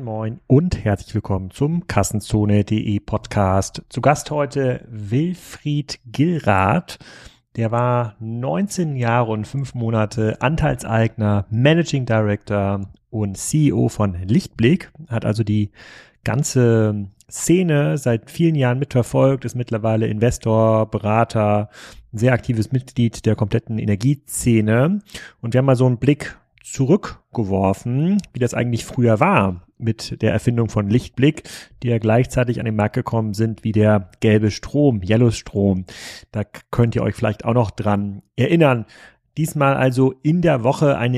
Moin Moin und herzlich willkommen zum Kassenzone.de Podcast. Zu Gast heute Wilfried Gillrath. Der war 19 Jahre und 5 Monate Anteilseigner, Managing Director und CEO von Lichtblick, hat also die ganze Szene seit vielen Jahren mitverfolgt, ist mittlerweile Investor, Berater, ein sehr aktives Mitglied der kompletten Energieszene. Und wir haben mal so einen Blick zurückgeworfen, wie das eigentlich früher war mit der Erfindung von Lichtblick, die ja gleichzeitig an den Markt gekommen sind wie der gelbe Strom, Yellow Strom. Da könnt ihr euch vielleicht auch noch dran erinnern. Diesmal also in der Woche eine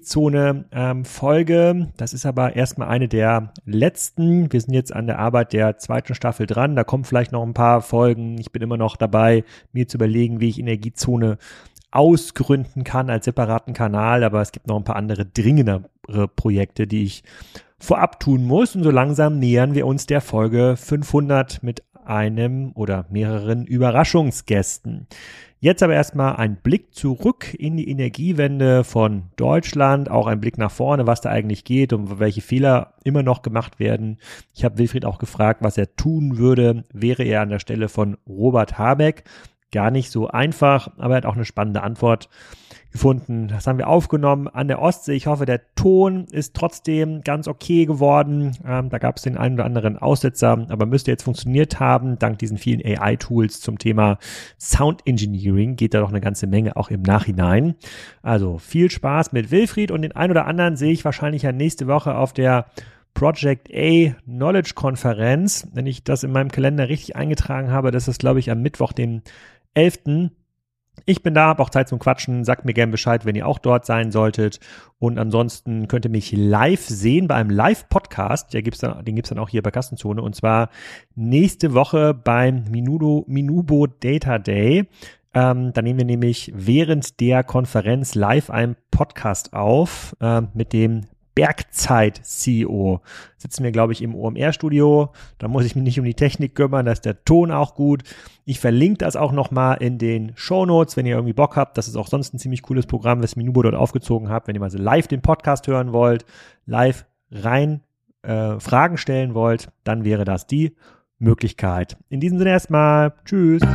Energiezone-Folge. Das ist aber erstmal eine der letzten. Wir sind jetzt an der Arbeit der 2. Staffel dran. Da kommen vielleicht noch ein paar Folgen. Ich bin immer noch dabei, mir zu überlegen, wie ich Energiezone ausgründen kann als separaten Kanal, aber es gibt noch ein paar andere dringendere Projekte, die ich vorab tun muss, und so langsam nähern wir uns der Folge 500 mit einem oder mehreren Überraschungsgästen. Jetzt aber erstmal ein Blick zurück in die Energiewende von Deutschland, auch ein Blick nach vorne, was da eigentlich geht und welche Fehler immer noch gemacht werden. Ich habe Wilfried auch gefragt, was er tun würde, wäre er an der Stelle von Robert Habeck. Gar nicht so einfach, aber er hat auch eine spannende Antwort gefunden. Das haben wir aufgenommen an der Ostsee. Ich hoffe, der Ton ist trotzdem ganz okay geworden. Da gab es den einen oder anderen Aussetzer, aber müsste jetzt funktioniert haben. Dank diesen vielen AI-Tools zum Thema Sound Engineering geht da doch eine ganze Menge auch im Nachhinein. Also viel Spaß mit Wilfried, und den einen oder anderen sehe ich wahrscheinlich ja nächste Woche auf der Project A Knowledge Konferenz. Wenn ich das in meinem Kalender richtig eingetragen habe, das ist, glaube ich, am Mittwoch, den 11. Ich bin da, habe auch Zeit zum Quatschen. Sagt mir gerne Bescheid, wenn ihr auch dort sein solltet. Und ansonsten könnt ihr mich live sehen bei einem Live-Podcast. Den gibt's dann auch hier bei Kassenzone. Und zwar nächste Woche beim Minubo Data Day. Da nehmen wir nämlich während der Konferenz live einen Podcast auf mit dem Bergzeit-CEO. Sitzen wir, glaube ich, im OMR-Studio. Da muss ich mich nicht um die Technik kümmern, da ist der Ton auch gut. Ich verlinke das auch nochmal in den Shownotes, wenn ihr irgendwie Bock habt. Das ist auch sonst ein ziemlich cooles Programm, was Minubo dort aufgezogen hat. Wenn ihr mal so live den Podcast hören wollt, live rein Fragen stellen wollt, dann wäre das die Möglichkeit. In diesem Sinne erstmal. Tschüss.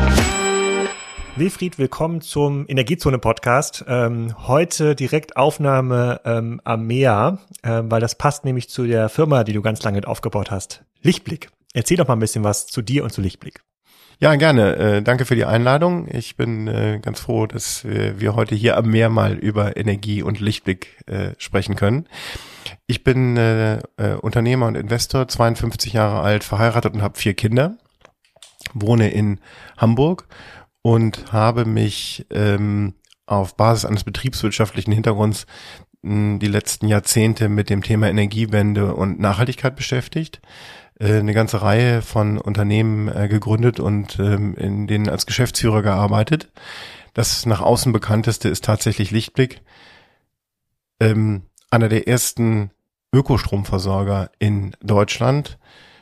Wilfried, willkommen zum Energiezone-Podcast. Heute direkt Aufnahme am Meer, weil das passt nämlich zu der Firma, die du ganz lange aufgebaut hast. Lichtblick. Erzähl doch mal ein bisschen was zu dir und zu Lichtblick. Ja, gerne. Danke für die Einladung. Ich bin ganz froh, dass wir heute hier am Meer mal über Energie und Lichtblick sprechen können. Ich bin Unternehmer und Investor, 52 Jahre alt, verheiratet und habe 4 Kinder, wohne in Hamburg und habe mich auf Basis eines betriebswirtschaftlichen Hintergrunds die letzten Jahrzehnte mit dem Thema Energiewende und Nachhaltigkeit beschäftigt. Eine ganze Reihe von Unternehmen gegründet und in denen als Geschäftsführer gearbeitet. Das nach außen bekannteste ist tatsächlich Lichtblick, einer der ersten Ökostromversorger in Deutschland,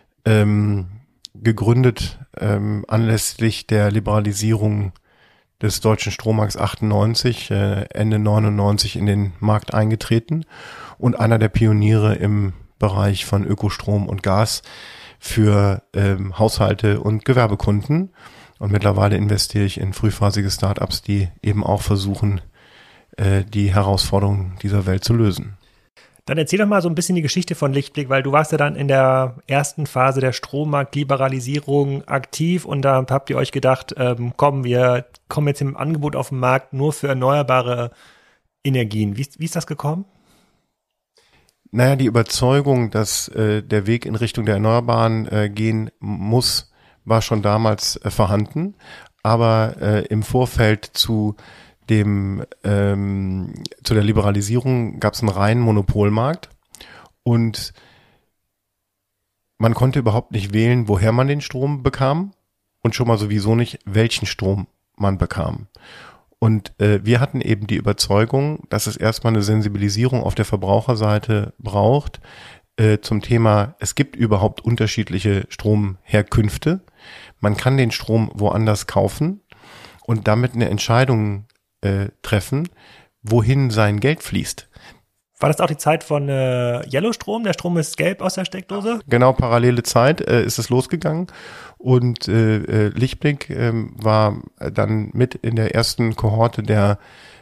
gegründet anlässlich der Liberalisierung des deutschen Strommarkts 98, Ende 99 in den Markt eingetreten und einer der Pioniere im Bereich von Ökostrom und Gas für Haushalte und Gewerbekunden. Und mittlerweile investiere ich in frühphasige Startups, die eben auch versuchen, die Herausforderungen dieser Welt zu lösen. Dann erzähl doch mal so ein bisschen die Geschichte von Lichtblick, weil du warst ja dann in der ersten Phase der Strommarktliberalisierung aktiv, und da habt ihr euch gedacht, wir kommen jetzt im Angebot auf den Markt nur für erneuerbare Energien. Wie ist das gekommen? Naja, die Überzeugung, dass der Weg in Richtung der Erneuerbaren gehen muss, war schon damals vorhanden, aber im Vorfeld zu der Liberalisierung gab es einen reinen Monopolmarkt und man konnte überhaupt nicht wählen, woher man den Strom bekam und schon mal sowieso nicht, welchen Strom man bekam. Und wir hatten eben die Überzeugung, dass es erstmal eine Sensibilisierung auf der Verbraucherseite braucht zum Thema, es gibt überhaupt unterschiedliche Stromherkünfte. Man kann den Strom woanders kaufen und damit eine Entscheidung treffen, wohin sein Geld fließt. War das auch die Zeit von Yellow-Strom? Der Strom ist gelb aus der Steckdose? Genau, parallele Zeit ist es losgegangen und Lichtblick war dann mit in der ersten Kohorte der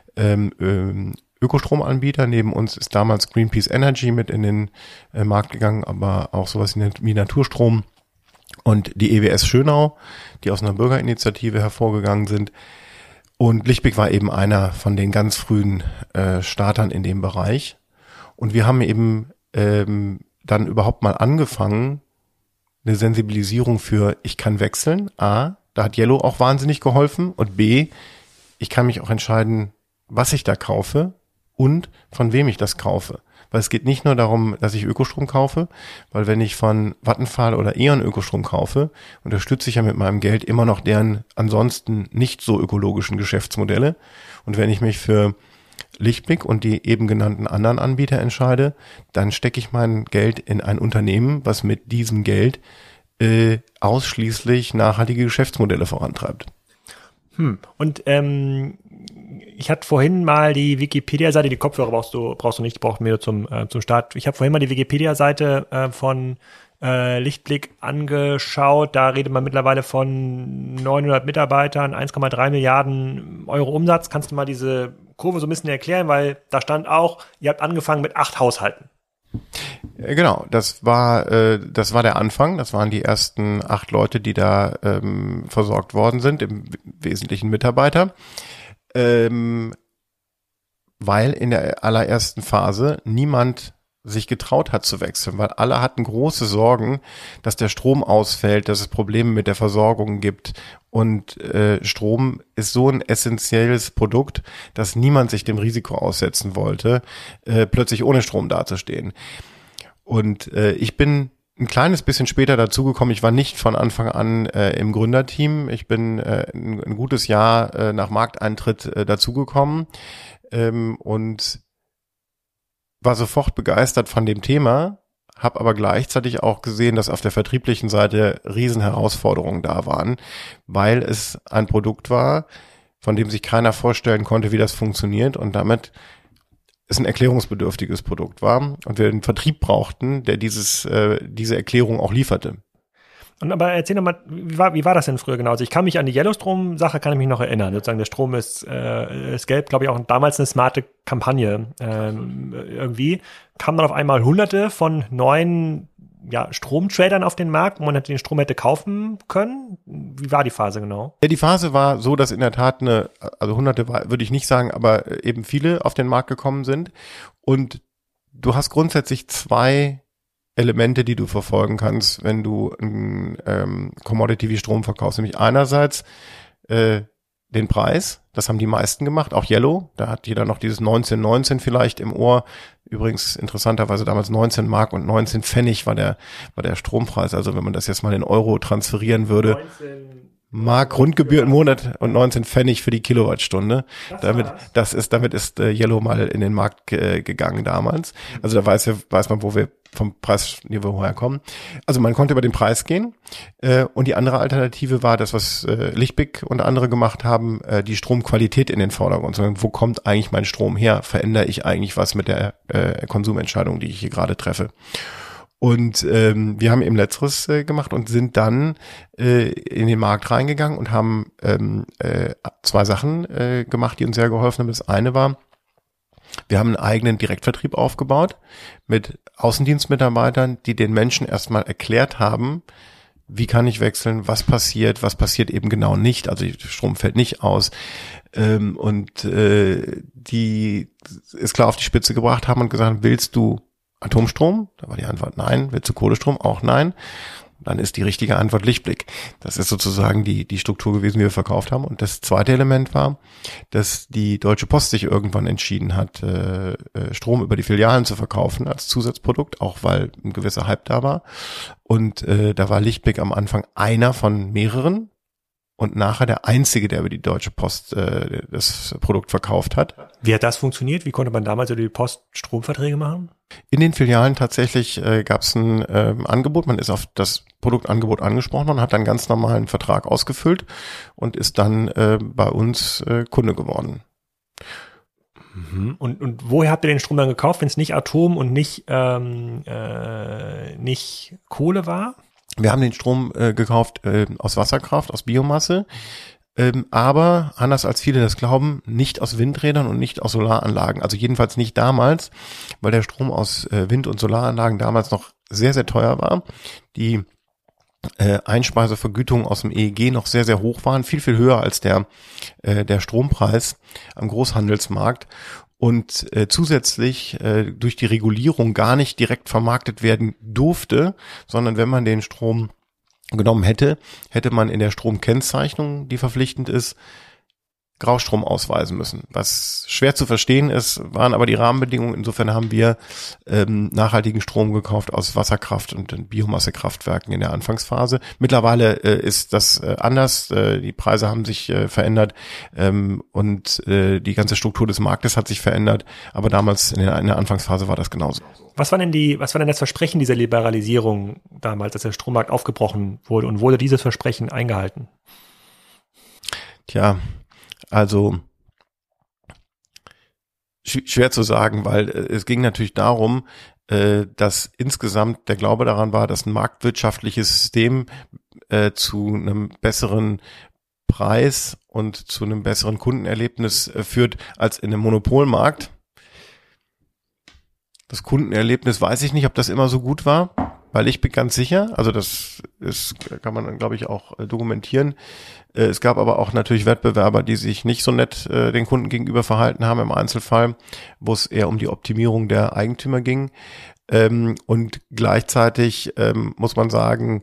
Ökostromanbieter. Neben uns ist damals Greenpeace Energy mit in den Markt gegangen, aber auch sowas wie Naturstrom und die EWS Schönau, die aus einer Bürgerinitiative hervorgegangen sind. Und Lichtblick war eben einer von den ganz frühen Startern in dem Bereich. Und wir haben eben dann überhaupt mal angefangen, eine Sensibilisierung für ich kann wechseln. A, da hat Yellow auch wahnsinnig geholfen. Und B, ich kann mich auch entscheiden, was ich da kaufe und von wem ich das kaufe. Weil es geht nicht nur darum, dass ich Ökostrom kaufe, weil wenn ich von Vattenfall oder E.ON Ökostrom kaufe, unterstütze ich ja mit meinem Geld immer noch deren ansonsten nicht so ökologischen Geschäftsmodelle. Und wenn ich mich für Lichtblick und die eben genannten anderen Anbieter entscheide, dann stecke ich mein Geld in ein Unternehmen, was mit diesem Geld ausschließlich nachhaltige Geschäftsmodelle vorantreibt. Und ich hatte vorhin mal die Wikipedia-Seite, die Kopfhörer brauchst du nicht, brauchen wir zum Start. Ich habe vorhin mal die Wikipedia-Seite von Lichtblick angeschaut. Da redet man mittlerweile von 900 Mitarbeitern, 1,3 Milliarden Euro Umsatz. Kannst du mal diese Kurve so ein bisschen erklären? Weil da stand auch, ihr habt angefangen mit 8 Haushalten. Genau, das war der Anfang. Das waren die ersten 8 Leute, die da versorgt worden sind, im Wesentlichen Mitarbeiter. Weil in der allerersten Phase niemand sich getraut hat zu wechseln, weil alle hatten große Sorgen, dass der Strom ausfällt, dass es Probleme mit der Versorgung gibt. Und Strom ist so ein essentielles Produkt, dass niemand sich dem Risiko aussetzen wollte, plötzlich ohne Strom dazustehen. Und ich bin ein kleines bisschen später dazugekommen. Ich war nicht von Anfang an im Gründerteam. Ich bin ein gutes Jahr nach Markteintritt dazugekommen und war sofort begeistert von dem Thema, habe aber gleichzeitig auch gesehen, dass auf der vertrieblichen Seite Riesenherausforderungen da waren, weil es ein Produkt war, von dem sich keiner vorstellen konnte, wie das funktioniert und damit es ein erklärungsbedürftiges Produkt war und wir einen Vertrieb brauchten, der diese Erklärung auch lieferte. Und aber erzähl doch mal, wie war das denn früher genau? Also ich kann mich an die Yellowstrom-Sache, kann ich mich noch erinnern. Sozusagen der Strom ist gelb, glaube ich, auch damals eine smarte Kampagne. Irgendwie kamen dann auf einmal Hunderte von neuen Stromtradern auf den Markt, wo man den Strom hätte kaufen können. Wie war die Phase genau? Ja, die Phase war so, dass in der Tat also Hunderte würde ich nicht sagen, aber eben viele auf den Markt gekommen sind. Und du hast grundsätzlich 2 Elemente, die du verfolgen kannst, wenn du Commodity wie Strom verkaufst. Nämlich einerseits den Preis, das haben die meisten gemacht, auch Yellow, da hat jeder noch dieses 1919 vielleicht im Ohr. Übrigens interessanterweise damals 19 Mark und 19 Pfennig war der Strompreis. Also wenn man das jetzt mal in Euro transferieren würde, 19 Mark Grundgebühr im Monat und 19 Pfennig für die Kilowattstunde. Damit ist Yellow mal in den Markt gegangen damals. Also da weiß man, wo wir vom Preisniveau herkommen. Also man konnte über den Preis gehen. Und die andere Alternative war das, was Lichtblick und andere gemacht haben, die Stromqualität in den Vordergrund. Sondern wo kommt eigentlich mein Strom her? Verändere ich eigentlich was mit der Konsumentscheidung, die ich hier gerade treffe? Und wir haben eben Letzteres gemacht und sind dann in den Markt reingegangen und haben 2 Sachen gemacht, die uns sehr geholfen haben. Das eine war, wir haben einen eigenen Direktvertrieb aufgebaut mit Außendienstmitarbeitern, die den Menschen erstmal erklärt haben, wie kann ich wechseln, was passiert eben genau nicht, also der Strom fällt nicht aus die es klar auf die Spitze gebracht haben und gesagt, willst du Atomstrom? Da war die Antwort nein. Willst du Kohlestrom? Auch nein. Dann ist die richtige Antwort Lichtblick. Das ist sozusagen die Struktur gewesen, die wir verkauft haben. Und das zweite Element war, dass die Deutsche Post sich irgendwann entschieden hat, Strom über die Filialen zu verkaufen als Zusatzprodukt, auch weil ein gewisser Hype da war. Und da war Lichtblick am Anfang einer von mehreren und nachher der einzige, der über die Deutsche Post das Produkt verkauft hat. Wie hat das funktioniert? Wie konnte man damals über die Post Stromverträge machen? In den Filialen tatsächlich gab es ein Angebot. Man ist auf das Produktangebot angesprochen worden, hat dann ganz normalen Vertrag ausgefüllt und ist dann bei uns Kunde geworden. Und woher habt ihr den Strom dann gekauft, wenn es nicht Atom und nicht Kohle war? Wir haben den Strom gekauft aus Wasserkraft, aus Biomasse, aber anders als viele das glauben, nicht aus Windrädern und nicht aus Solaranlagen. Also jedenfalls nicht damals, weil der Strom aus Wind- und Solaranlagen damals noch sehr, sehr teuer war. Die Einspeisevergütungen aus dem EEG noch sehr, sehr hoch waren, viel, viel höher als der Strompreis am Großhandelsmarkt. Und zusätzlich durch die Regulierung gar nicht direkt vermarktet werden durfte, sondern wenn man den Strom genommen hätte man in der Stromkennzeichnung, die verpflichtend ist, Graustrom ausweisen müssen. Was schwer zu verstehen ist, waren aber die Rahmenbedingungen. Insofern haben wir nachhaltigen Strom gekauft aus Wasserkraft und Biomassekraftwerken in der Anfangsphase. Mittlerweile ist das anders. Die Preise haben sich verändert und die ganze Struktur des Marktes hat sich verändert. Aber damals in der Anfangsphase war das genauso. Was war denn das Versprechen dieser Liberalisierung damals, als der Strommarkt aufgebrochen wurde, und wurde dieses Versprechen eingehalten? Tja, also schwer zu sagen, weil es ging natürlich darum, dass insgesamt der Glaube daran war, dass ein marktwirtschaftliches System zu einem besseren Preis und zu einem besseren Kundenerlebnis führt als in einem Monopolmarkt. Das Kundenerlebnis weiß ich nicht, ob das immer so gut war, weil ich bin ganz sicher, also das kann man dann, glaube ich, auch dokumentieren. Es gab aber auch natürlich Wettbewerber, die sich nicht so nett den Kunden gegenüber verhalten haben im Einzelfall, wo es eher um die Optimierung der Eigentümer ging. Und gleichzeitig muss man sagen,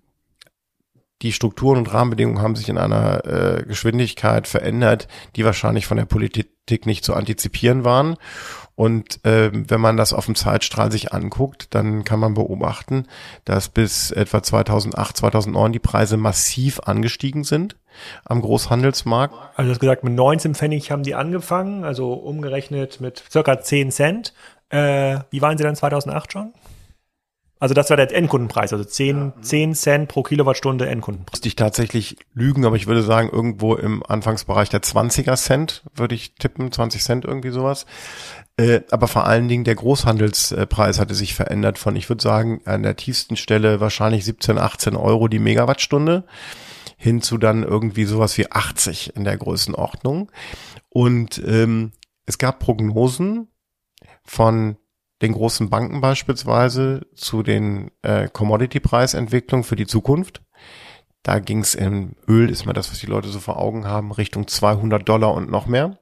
die Strukturen und Rahmenbedingungen haben sich in einer Geschwindigkeit verändert, die wahrscheinlich von der Politik nicht zu antizipieren waren. Und wenn man das auf dem Zeitstrahl sich anguckt, dann kann man beobachten, dass bis etwa 2008, 2009 die Preise massiv angestiegen sind am Großhandelsmarkt. Also du hast gesagt, mit 19 Pfennig haben die angefangen, also umgerechnet mit circa 10 Cent. Wie waren sie dann 2008 schon? Also das war der Endkundenpreis, also 10 Cent pro Kilowattstunde Endkundenpreis. Müsste ich tatsächlich lügen, aber ich würde sagen, irgendwo im Anfangsbereich der 20er Cent würde ich tippen, 20 Cent irgendwie sowas. Aber vor allen Dingen der Großhandelspreis hatte sich verändert von, ich würde sagen, an der tiefsten Stelle wahrscheinlich 17, 18 Euro die Megawattstunde hin zu dann irgendwie sowas wie 80 in der Größenordnung. Und es gab Prognosen von den großen Banken beispielsweise zu den Commodity-Preisentwicklungen für die Zukunft. Da ging es im Öl, ist mal das, was die Leute so vor Augen haben, Richtung $200 und noch mehr.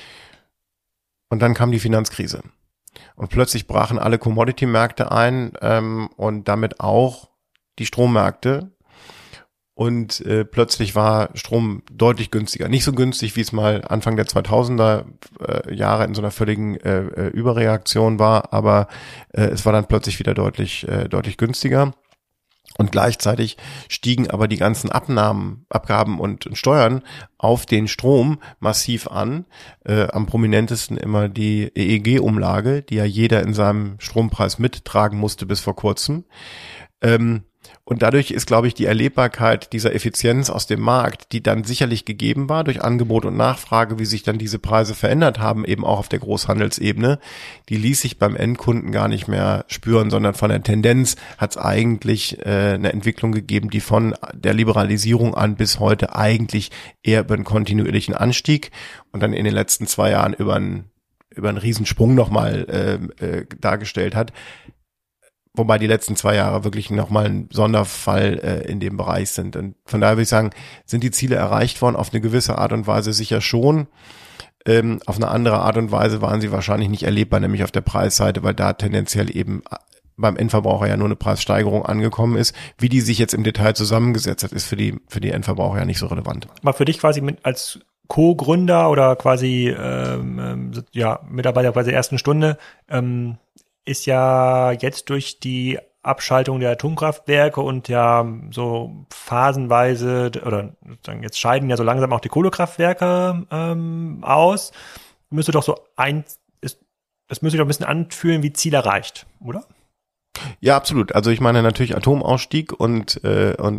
Und dann kam die Finanzkrise. Und plötzlich brachen alle Commodity-Märkte ein und damit auch die Strommärkte. Und plötzlich war Strom deutlich günstiger. Nicht so günstig, wie es mal Anfang der 2000er Jahre in so einer völligen Überreaktion war, aber es war dann plötzlich wieder deutlich günstiger. Und gleichzeitig stiegen aber die ganzen Abgaben und Steuern auf den Strom massiv an. Am prominentesten immer die EEG-Umlage, die ja jeder in seinem Strompreis mittragen musste bis vor kurzem. Und dadurch ist, glaube ich, die Erlebbarkeit dieser Effizienz aus dem Markt, die dann sicherlich gegeben war durch Angebot und Nachfrage, wie sich dann diese Preise verändert haben, eben auch auf der Großhandelsebene, die ließ sich beim Endkunden gar nicht mehr spüren, sondern von der Tendenz hat es eigentlich eine Entwicklung gegeben, die von der Liberalisierung an bis heute eigentlich eher über einen kontinuierlichen Anstieg und dann in den letzten 2 Jahren über einen Riesensprung nochmal dargestellt hat. Wobei die letzten 2 Jahre wirklich nochmal ein Sonderfall in dem Bereich sind. Und von daher würde ich sagen, sind die Ziele erreicht worden? Auf eine gewisse Art und Weise sicher schon. Auf eine andere Art und Weise waren sie wahrscheinlich nicht erlebbar, nämlich auf der Preisseite, weil da tendenziell eben beim Endverbraucher ja nur eine Preissteigerung angekommen ist. Wie die sich jetzt im Detail zusammengesetzt hat, ist für die Endverbraucher ja nicht so relevant. War für dich quasi als Co-Gründer oder quasi Mitarbeiter quasi der ersten Stunde ist ja jetzt durch die Abschaltung der Atomkraftwerke und ja so phasenweise oder jetzt scheiden ja so langsam auch die Kohlekraftwerke aus. Es müsste doch ein bisschen anfühlen wie Ziel erreicht, oder? Ja, absolut. Also ich meine natürlich Atomausstieg und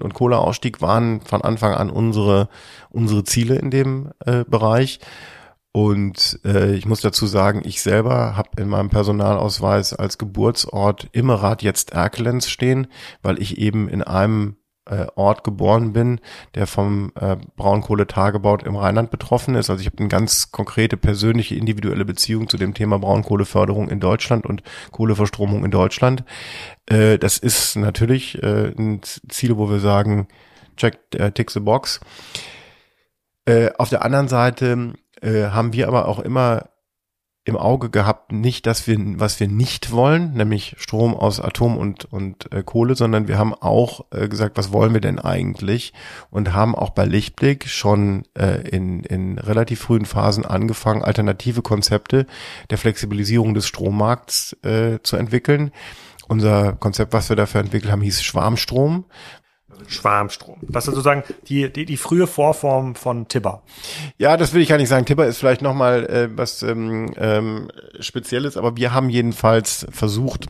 Kohleausstieg waren von Anfang an unsere Ziele in dem Bereich. Und ich muss dazu sagen, ich selber habe in meinem Personalausweis als Geburtsort Immerath jetzt Erkelenz stehen, weil ich eben in einem Ort geboren bin, der vom Braunkohletagebau im Rheinland betroffen ist. Also ich habe eine ganz konkrete, persönliche, individuelle Beziehung zu dem Thema Braunkohleförderung in Deutschland und Kohleverstromung in Deutschland. Das ist natürlich ein Ziel, wo wir sagen, check, tick the box. Auf der anderen Seite haben wir aber auch immer im Auge gehabt, nicht, was wir nicht wollen, nämlich Strom aus Atom und Kohle, sondern wir haben auch gesagt, was wollen wir denn eigentlich? Und haben auch bei Lichtblick schon in relativ frühen Phasen angefangen, alternative Konzepte der Flexibilisierung des Strommarkts zu entwickeln. Unser Konzept, was wir dafür entwickelt haben, hieß Schwarmstrom. Schwarmstrom. Das ist sozusagen die frühe Vorform von Tibber. Ja, das will ich gar nicht sagen. Tibber ist vielleicht nochmal was Spezielles, aber wir haben jedenfalls versucht,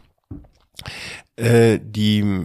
die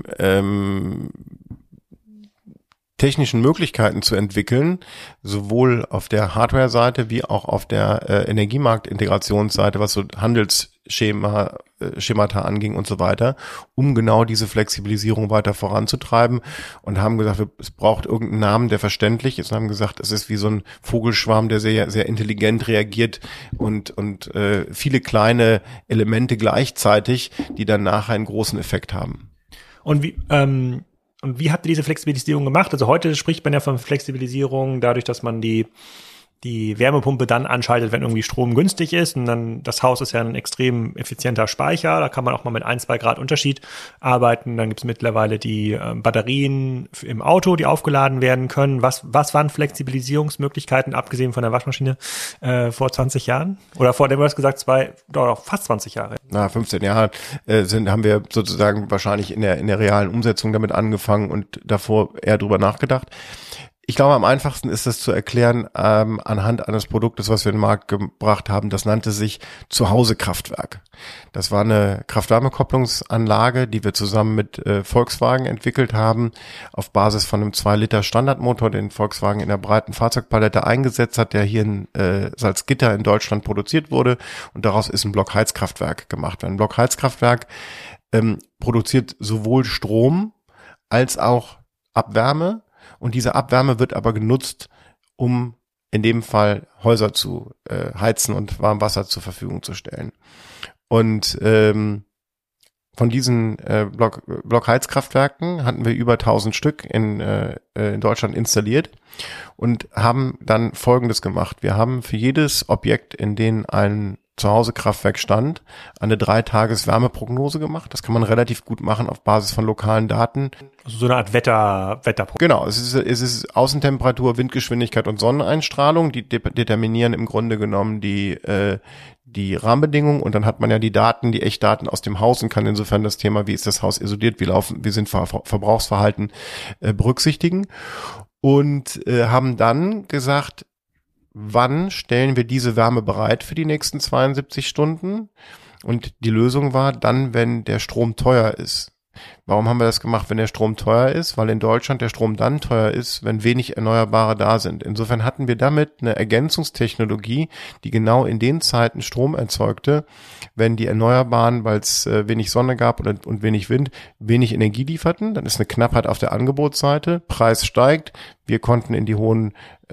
technischen Möglichkeiten zu entwickeln, sowohl auf der Hardware-Seite wie auch auf der Energiemarktintegrationsseite, was so Handelsschemata anging und so weiter, um genau diese Flexibilisierung weiter voranzutreiben, und haben gesagt, es braucht irgendeinen Namen, der verständlich ist, und haben gesagt, es ist wie so ein Vogelschwarm, der sehr, sehr intelligent reagiert und viele kleine Elemente gleichzeitig, die dann nachher einen großen Effekt haben. Und wie habt ihr diese Flexibilisierung gemacht? Also heute spricht man ja von Flexibilisierung dadurch, dass man die Wärmepumpe dann anschaltet, wenn irgendwie Strom günstig ist. Und dann, das Haus ist ja ein extrem effizienter Speicher. Da kann man auch mal mit 1-2 Grad Unterschied arbeiten. Dann gibt es mittlerweile die Batterien im Auto, die aufgeladen werden können. Was waren Flexibilisierungsmöglichkeiten, abgesehen von der Waschmaschine, vor 20 Jahren? Oder vor dem, du hast gesagt, fast 20 Jahre. 15 Jahre haben wir sozusagen wahrscheinlich in der realen Umsetzung damit angefangen und davor eher drüber nachgedacht. Ich glaube, am einfachsten ist es zu erklären anhand eines Produktes, was wir in den Markt gebracht haben. Das nannte sich Zuhause-Kraftwerk. Das war eine Kraft-Wärme-Kopplungsanlage, die wir zusammen mit Volkswagen entwickelt haben, auf Basis von einem 2-Liter Standardmotor, den Volkswagen in der breiten Fahrzeugpalette eingesetzt hat, der hier in Salzgitter in Deutschland produziert wurde. Und daraus ist ein Blockheizkraftwerk gemacht. Ein Blockheizkraftwerk produziert sowohl Strom als auch Abwärme. Und diese Abwärme wird aber genutzt, um in dem Fall Häuser zu heizen und Warmwasser zur Verfügung zu stellen. Und von diesen Blockheizkraftwerken hatten wir über 1000 Stück in Deutschland installiert und haben dann Folgendes gemacht. Wir haben für jedes Objekt, in dem ein Zuhause-Kraftwerk stand, eine 3-Tages-Wärmeprognose gemacht. Das kann man relativ gut machen auf Basis von lokalen Daten. Also so eine Art Wetterprognose. Genau, es ist Außentemperatur, Windgeschwindigkeit und Sonneneinstrahlung, die determinieren im Grunde genommen die Rahmenbedingungen, und dann hat man ja die Echtdaten aus dem Haus und kann insofern das Thema, wie ist das Haus isoliert, wie sind Verbrauchsverhalten berücksichtigen, und haben dann gesagt, wann stellen wir diese Wärme bereit für die nächsten 72 Stunden? Und die Lösung war dann, wenn der Strom teuer ist. Warum haben wir das gemacht, wenn der Strom teuer ist? Weil in Deutschland der Strom dann teuer ist, wenn wenig Erneuerbare da sind. Insofern hatten wir damit eine Ergänzungstechnologie, die genau in den Zeiten Strom erzeugte, wenn die Erneuerbaren, weil es wenig Sonne gab und wenig Wind, wenig Energie lieferten. Dann ist eine Knappheit auf der Angebotsseite, Preis steigt, wir konnten in die hohen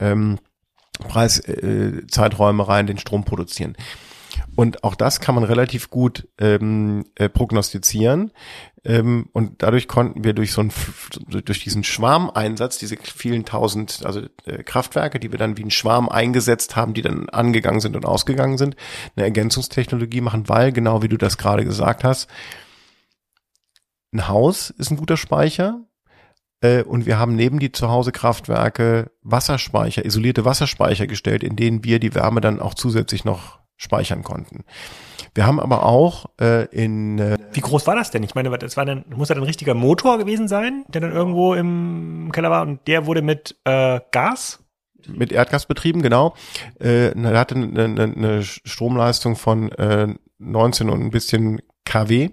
Preiszeiträume rein den Strom produzieren. Und auch das kann man relativ gut prognostizieren. Und dadurch konnten wir durch diesen Schwarmeinsatz, diese vielen tausend Kraftwerke, die wir dann wie ein Schwarm eingesetzt haben, die dann angegangen sind und ausgegangen sind, eine Ergänzungstechnologie machen, weil, genau wie du das gerade gesagt hast, ein Haus ist ein guter Speicher. Und wir haben neben die Zuhause-Kraftwerke Wasserspeicher, isolierte Wasserspeicher gestellt, in denen wir die Wärme dann auch zusätzlich noch speichern konnten. Wir haben aber auch Wie groß war das denn? Ich meine, muss ja ein richtiger Motor gewesen sein, der dann irgendwo im Keller war, und der wurde mit Gas? Mit Erdgas betrieben, genau. Er hatte eine Stromleistung von 19 und ein bisschen kW,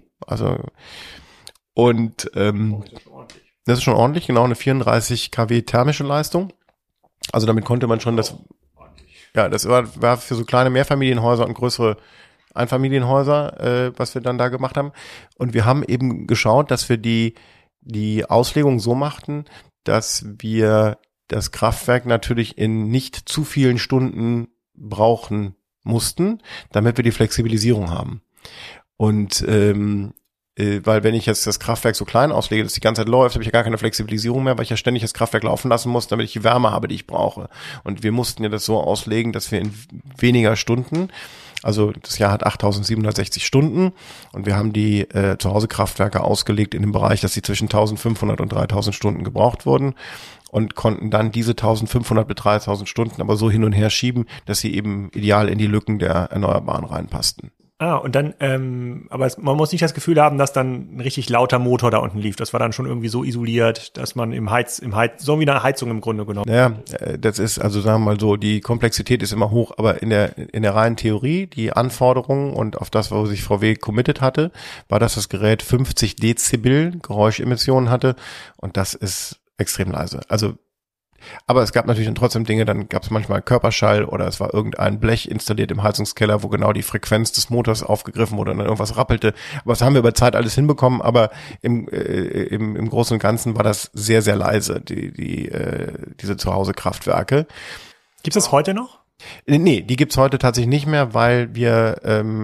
das ist schon ordentlich, genau, eine 34 kW thermische Leistung. Also damit konnte man schon Ja, das war für so kleine Mehrfamilienhäuser und größere Einfamilienhäuser, was wir dann da gemacht haben. Und wir haben eben geschaut, dass wir die Auslegung so machten, dass wir das Kraftwerk natürlich in nicht zu vielen Stunden brauchen mussten, damit wir die Flexibilisierung haben. Und weil wenn ich jetzt das Kraftwerk so klein auslege, dass die ganze Zeit läuft, habe ich ja gar keine Flexibilisierung mehr, weil ich ja ständig das Kraftwerk laufen lassen muss, damit ich die Wärme habe, die ich brauche. Und wir mussten ja das so auslegen, dass wir in weniger Stunden, also das Jahr hat 8.760 Stunden und wir haben die Zuhause-Kraftwerke ausgelegt in dem Bereich, dass sie zwischen 1.500 und 3.000 Stunden gebraucht wurden und konnten dann diese 1.500 bis 3.000 Stunden aber so hin und her schieben, dass sie eben ideal in die Lücken der Erneuerbaren reinpassten. Und dann, aber man muss nicht das Gefühl haben, dass dann ein richtig lauter Motor da unten lief. Das war dann schon irgendwie so isoliert, dass man so wie eine Heizung im Grunde genommen. Naja, das ist, also sagen wir mal so, die Komplexität ist immer hoch, aber in der reinen Theorie, die Anforderungen und auf das, wo sich VW committed hatte, war, dass das Gerät 50 Dezibel Geräuschemissionen hatte und das ist extrem leise. Also aber es gab natürlich dann trotzdem Dinge, dann gab es manchmal Körperschall oder es war irgendein Blech installiert im Heizungskeller, wo genau die Frequenz des Motors aufgegriffen wurde und dann irgendwas rappelte. Aber das haben wir über Zeit alles hinbekommen, aber im Großen und Ganzen war das sehr, sehr leise, diese Zuhause-Kraftwerke. Gibt es das heute noch? Nee, die gibt's heute tatsächlich nicht mehr, weil wir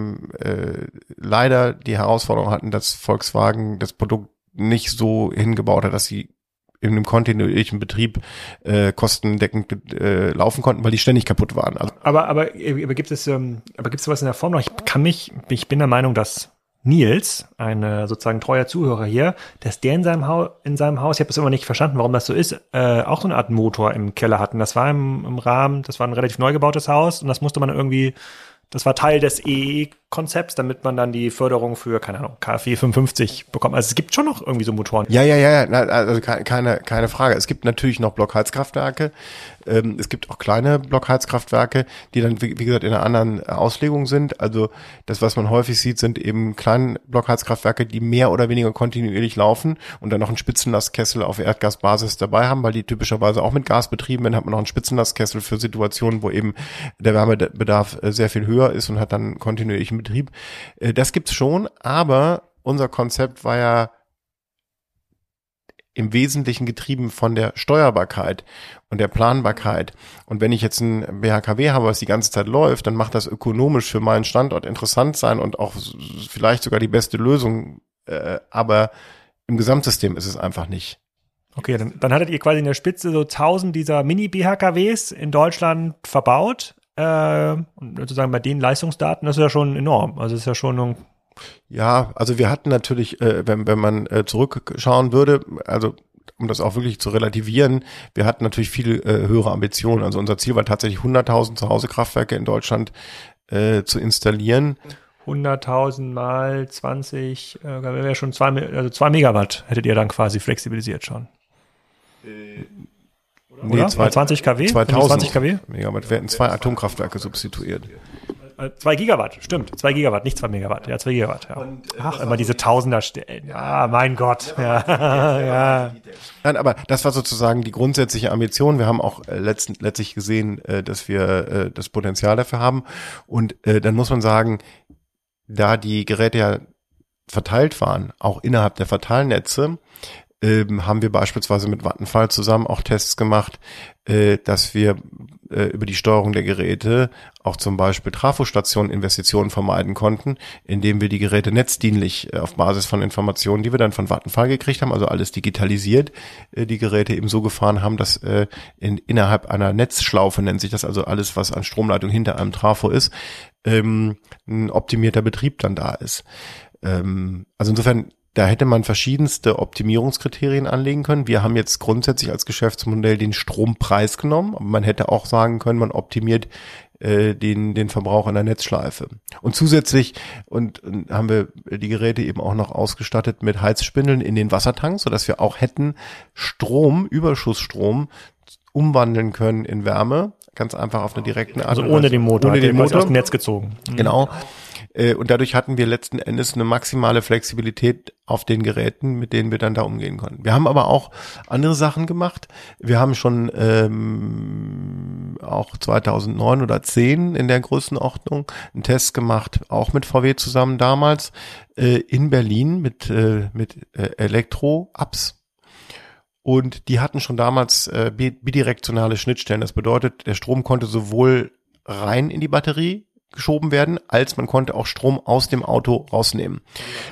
leider die Herausforderung hatten, dass Volkswagen das Produkt nicht so hingebaut hat, dass sie in einem kontinuierlichen Betrieb kostendeckend laufen konnten, weil die ständig kaputt waren. Also aber gibt es sowas in der Form noch? Ich bin der Meinung, dass Nils, ein sozusagen treuer Zuhörer hier, dass der in seinem Haus, ich habe das immer nicht verstanden, warum das so ist, auch so eine Art Motor im Keller hatten. Das war im Rahmen, das war ein relativ neu gebautes Haus und das musste man irgendwie, das war Teil des EE-Konzepts, damit man dann die Förderung für, keine Ahnung, KfW 55 bekommt. Also es gibt schon noch irgendwie so Motoren. Ja, also keine Frage. Es gibt natürlich noch Blockheizkraftwerke. Es gibt auch kleine Blockheizkraftwerke, die dann, wie gesagt, in einer anderen Auslegung sind. Also das, was man häufig sieht, sind eben kleine Blockheizkraftwerke, die mehr oder weniger kontinuierlich laufen und dann noch einen Spitzenlastkessel auf Erdgasbasis dabei haben, weil die typischerweise auch mit Gas betrieben werden, hat man noch einen Spitzenlastkessel für Situationen, wo eben der Wärmebedarf sehr viel höher ist und hat dann kontinuierlichen Betrieb. Das gibt's schon, aber unser Konzept war ja im Wesentlichen getrieben von der Steuerbarkeit und der Planbarkeit. Und wenn ich jetzt ein BHKW habe, was die ganze Zeit läuft, dann macht das ökonomisch für meinen Standort interessant sein und auch vielleicht sogar die beste Lösung. Aber im Gesamtsystem ist es einfach nicht. Okay, dann hattet ihr quasi in der Spitze so 1000 dieser Mini-BHKWs in Deutschland verbaut. Und sozusagen bei den Leistungsdaten, das ist ja schon enorm. Also das ist ja schon ja, also wir hatten natürlich, wenn man zurückschauen würde, also um das auch wirklich zu relativieren, wir hatten natürlich viel höhere Ambitionen. Also unser Ziel war tatsächlich 100.000 Zuhause-Kraftwerke in Deutschland zu installieren. 100.000 mal 20, wäre schon 2 Megawatt hättet ihr dann quasi flexibilisiert schon. Nee, 20 kW? 2000 kW? Megawatt, wir hätten 2 Atomkraftwerke substituiert. 2 Gigawatt, stimmt. 2 Gigawatt, nicht 2 Megawatt. Ja, 2 Gigawatt, ja. Ach, immer diese Tausender-Stellen. Ja, mein Gott. Ja. Nein, aber das war sozusagen die grundsätzliche Ambition. Wir haben auch letztlich gesehen, dass wir das Potenzial dafür haben. Und dann muss man sagen, da die Geräte ja verteilt waren, auch innerhalb der Verteilnetze, haben wir beispielsweise mit Vattenfall zusammen auch Tests gemacht, dass wir über die Steuerung der Geräte auch zum Beispiel Trafostationen-Investitionen vermeiden konnten, indem wir die Geräte netzdienlich auf Basis von Informationen, die wir dann von Vattenfall gekriegt haben, also alles digitalisiert, die Geräte eben so gefahren haben, dass innerhalb einer Netzschlaufe, nennt sich das, also alles, was an Stromleitung hinter einem Trafo ist, ein optimierter Betrieb dann da ist. Also insofern, da hätte man verschiedenste Optimierungskriterien anlegen können. Wir haben jetzt grundsätzlich als Geschäftsmodell den Strompreis genommen, aber man hätte auch sagen können, man optimiert den Verbrauch in der Netzschleife. Und zusätzlich haben wir die Geräte eben auch noch ausgestattet mit Heizspindeln in den Wassertanks, sodass wir auch hätten Überschussstrom umwandeln können in Wärme, ganz einfach auf eine direkten Art. Also ohne den Motor. Ohne den Motor. Aus dem Netz gezogen. Genau. Und dadurch hatten wir letzten Endes eine maximale Flexibilität auf den Geräten, mit denen wir dann da umgehen konnten. Wir haben aber auch andere Sachen gemacht. Wir haben schon auch 2009 oder 10 in der Größenordnung einen Test gemacht, auch mit VW zusammen damals, in Berlin mit Elektro-Ups. Und die hatten schon damals bidirektionale Schnittstellen. Das bedeutet, der Strom konnte sowohl rein in die Batterie geschoben werden, als man konnte auch Strom aus dem Auto rausnehmen.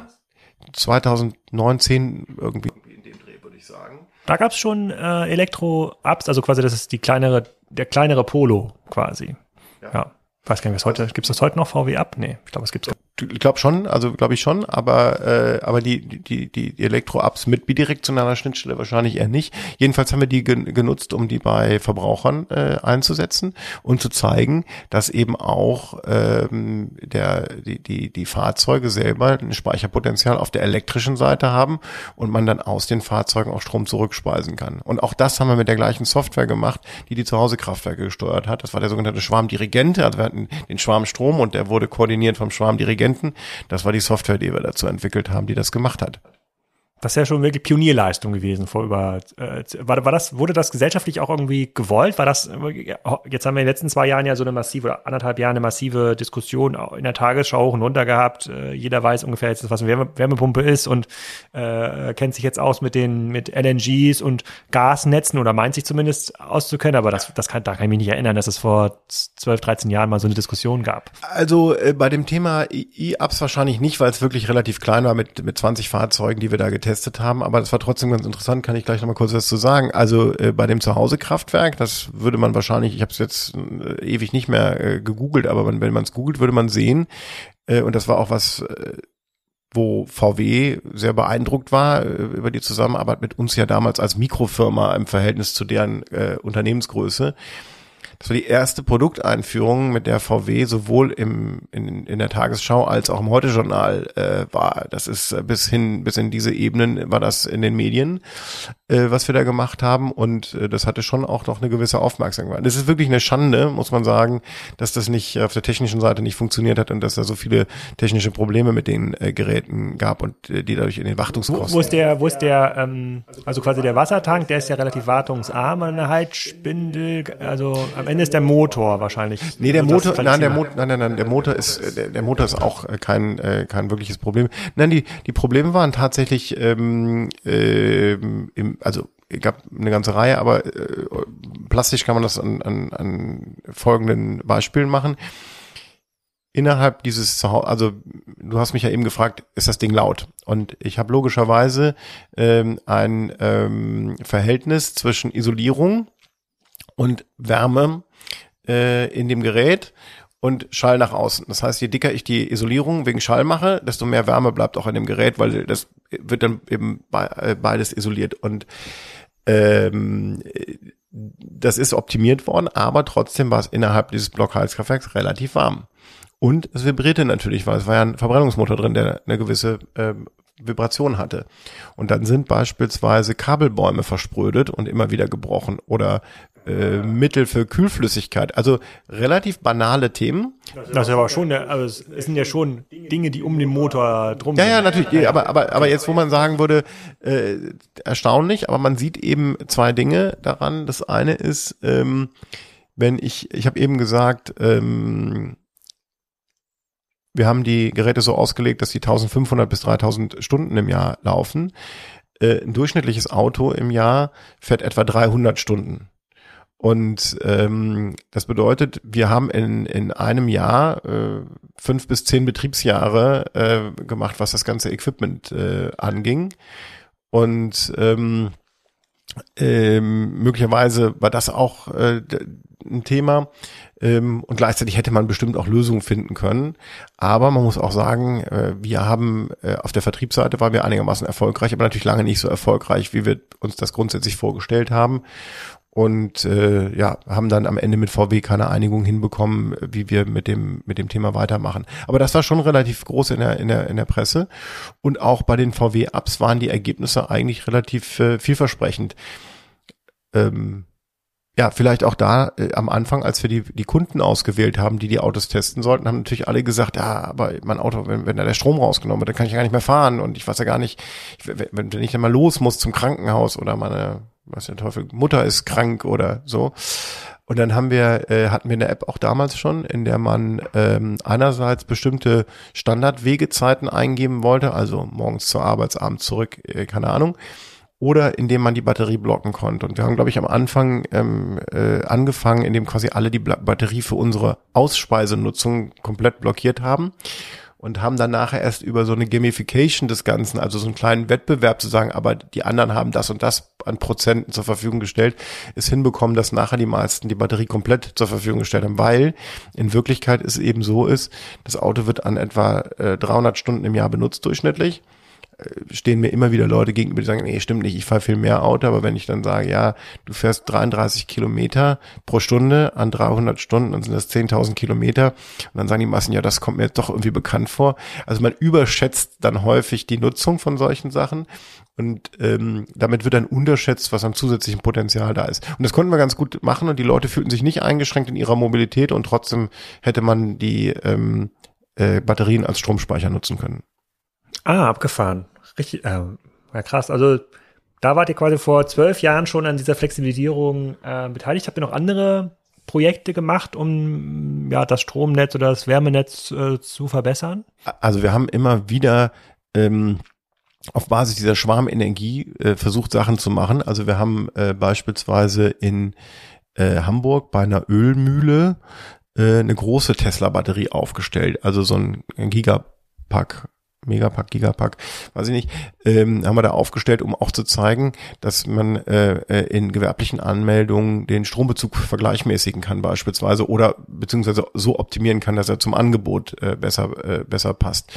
2019 irgendwie in dem Dreh, würde ich sagen. Da gab es schon Elektro-Ups, also quasi das ist der kleinere Polo quasi. Ja. Weiß gar nicht, was heute, gibt es das heute noch, VW Up? Nee, ich glaube, es gibt's. Ich glaube schon, aber die Elektro-Ups mit bidirektionaler Schnittstelle wahrscheinlich eher nicht. Jedenfalls haben wir die genutzt, um die bei Verbrauchern einzusetzen und zu zeigen, dass eben auch die Fahrzeuge selber ein Speicherpotenzial auf der elektrischen Seite haben und man dann aus den Fahrzeugen auch Strom zurückspeisen kann. Und auch das haben wir mit der gleichen Software gemacht, die Zuhause-Kraftwerke gesteuert hat. Das war der sogenannte Schwarmdirigente, also wir hatten den Schwarmstrom und der wurde koordiniert vom Schwarmdirigenten. Das war die Software, die wir dazu entwickelt haben, die das gemacht hat. Das ist ja schon wirklich Pionierleistung gewesen wurde das gesellschaftlich auch irgendwie gewollt? Jetzt haben wir in den letzten 2 Jahren ja so eine massive, oder 1,5 Jahre eine massive Diskussion in der Tagesschau hoch und runter gehabt. Jeder weiß ungefähr jetzt, was eine Wärmepumpe ist und kennt sich jetzt aus mit LNGs und Gasnetzen oder meint sich zumindest auszukennen. Aber da kann ich mich nicht erinnern, dass es vor 12, 13 Jahren mal so eine Diskussion gab. Also bei dem Thema E-Ups wahrscheinlich nicht, weil es wirklich relativ klein war mit 20 Fahrzeugen, die wir da getestet haben, aber das war trotzdem ganz interessant, kann ich gleich noch mal kurz was zu sagen. Also bei dem Zuhause-Kraftwerk, das würde man wahrscheinlich, ich habe es jetzt ewig nicht mehr gegoogelt, aber wenn man es googelt, würde man sehen, und das war auch was, wo VW sehr beeindruckt war über die Zusammenarbeit mit uns ja damals als Mikrofirma im Verhältnis zu deren Unternehmensgröße. Das war die erste Produkteinführung, mit der VW sowohl in der Tagesschau als auch im Heute-Journal war. Das ist bis in diese Ebenen war das in den Medien, was wir da gemacht haben, und das hatte schon auch noch eine gewisse Aufmerksamkeit. Das ist wirklich eine Schande, muss man sagen, dass das nicht auf der technischen Seite nicht funktioniert hat und dass da so viele technische Probleme mit den Geräten gab und die dadurch in den Wartungskosten. Wo ist der, also quasi der Wassertank, der ist ja relativ wartungsarm an der Heizspindel, also am Ende ist der Motor wahrscheinlich. Nee, der Motor ist auch kein wirkliches Problem. Nein, die Probleme waren tatsächlich also es gab eine ganze Reihe, aber plastisch kann man das an folgenden Beispielen machen. Innerhalb dieses Zuhause, also du hast mich ja eben gefragt, ist das Ding laut? Und ich habe logischerweise ein Verhältnis zwischen Isolierung und Wärme in dem Gerät und Schall nach außen. Das heißt, je dicker ich die Isolierung wegen Schall mache, desto mehr Wärme bleibt auch in dem Gerät, weil das wird dann eben beides isoliert. Und das ist optimiert worden, aber trotzdem war es innerhalb dieses Blockheizkraftwerks relativ warm. Und es vibrierte natürlich, weil es war ja ein Verbrennungsmotor drin, der eine gewisse Vibration hatte. Und dann sind beispielsweise Kabelbäume versprödet und immer wieder gebrochen oder Mittel für Kühlflüssigkeit. Also relativ banale Themen. Das ist aber schon, also es sind ja schon Dinge, die um den Motor drum sind. Ja, natürlich. Aber jetzt, wo man sagen würde, erstaunlich, aber man sieht eben 2 Dinge daran. Das eine ist, wenn ich habe eben gesagt, wir haben die Geräte so ausgelegt, dass die 1500 bis 3000 Stunden im Jahr laufen. Ein durchschnittliches Auto im Jahr fährt etwa 300 Stunden. Und das bedeutet, wir haben in einem Jahr 5 bis 10 Betriebsjahre gemacht, was das ganze Equipment anging. Und möglicherweise war das auch ein Thema. Und gleichzeitig hätte man bestimmt auch Lösungen finden können. Aber man muss auch sagen, wir haben auf der Vertriebsseite waren wir einigermaßen erfolgreich, aber natürlich lange nicht so erfolgreich, wie wir uns das grundsätzlich vorgestellt haben. Und haben dann am Ende mit VW keine Einigung hinbekommen, wie wir mit dem Thema weitermachen. Aber das war schon relativ groß in der Presse. Und auch bei den VW-Ups waren die Ergebnisse eigentlich relativ vielversprechend. Ja, vielleicht auch da am Anfang, als wir die Kunden ausgewählt haben, die Autos testen sollten, haben natürlich alle gesagt, ja, aber mein Auto, wenn da der Strom rausgenommen wird, dann kann ich ja gar nicht mehr fahren und ich weiß ja gar nicht, wenn ich dann mal los muss zum Krankenhaus oder meine, was der Teufel, Mutter ist krank oder so. Und dann hatten wir eine App auch damals schon, in der man einerseits bestimmte Standardwegezeiten eingeben wollte, also morgens zur Arbeit, abends zurück, keine Ahnung, oder indem man die Batterie blocken konnte. Und wir haben, glaube ich, am Anfang angefangen, indem quasi alle die Batterie für unsere Ausspeisenutzung komplett blockiert haben und haben dann nachher erst über so eine Gamification des Ganzen, also so einen kleinen Wettbewerb zu sagen, aber die anderen haben das und das an Prozenten zur Verfügung gestellt, ist hinbekommen, dass nachher die meisten die Batterie komplett zur Verfügung gestellt haben, weil in Wirklichkeit es eben so ist, das Auto wird an etwa 300 Stunden im Jahr benutzt durchschnittlich. Stehen mir immer wieder Leute gegenüber, die sagen, nee, stimmt nicht, ich fahre viel mehr Auto, aber wenn ich dann sage, ja, du fährst 33 Kilometer pro Stunde an 300 Stunden, dann sind das 10.000 Kilometer und dann sagen die Massen, ja, das kommt mir jetzt doch irgendwie bekannt vor. Also man überschätzt dann häufig die Nutzung von solchen Sachen und damit wird dann unterschätzt, was an zusätzlichem Potenzial da ist. Und das konnten wir ganz gut machen und die Leute fühlten sich nicht eingeschränkt in ihrer Mobilität und trotzdem hätte man die Batterien als Stromspeicher nutzen können. Ah, abgefahren. Richtig, ja krass. Also da wart ihr quasi vor 12 Jahren schon an dieser Flexibilisierung beteiligt. Habt ihr noch andere Projekte gemacht, um ja das Stromnetz oder das Wärmenetz zu verbessern? Also wir haben immer wieder auf Basis dieser Schwarmenergie versucht, Sachen zu machen. Also wir haben beispielsweise in Hamburg bei einer Ölmühle eine große Tesla-Batterie aufgestellt. Also so ein Gigapack, weiß ich nicht, haben wir da aufgestellt, um auch zu zeigen, dass man in gewerblichen Anmeldungen den Strombezug vergleichmäßigen kann beispielsweise oder beziehungsweise so optimieren kann, dass er zum Angebot besser passt.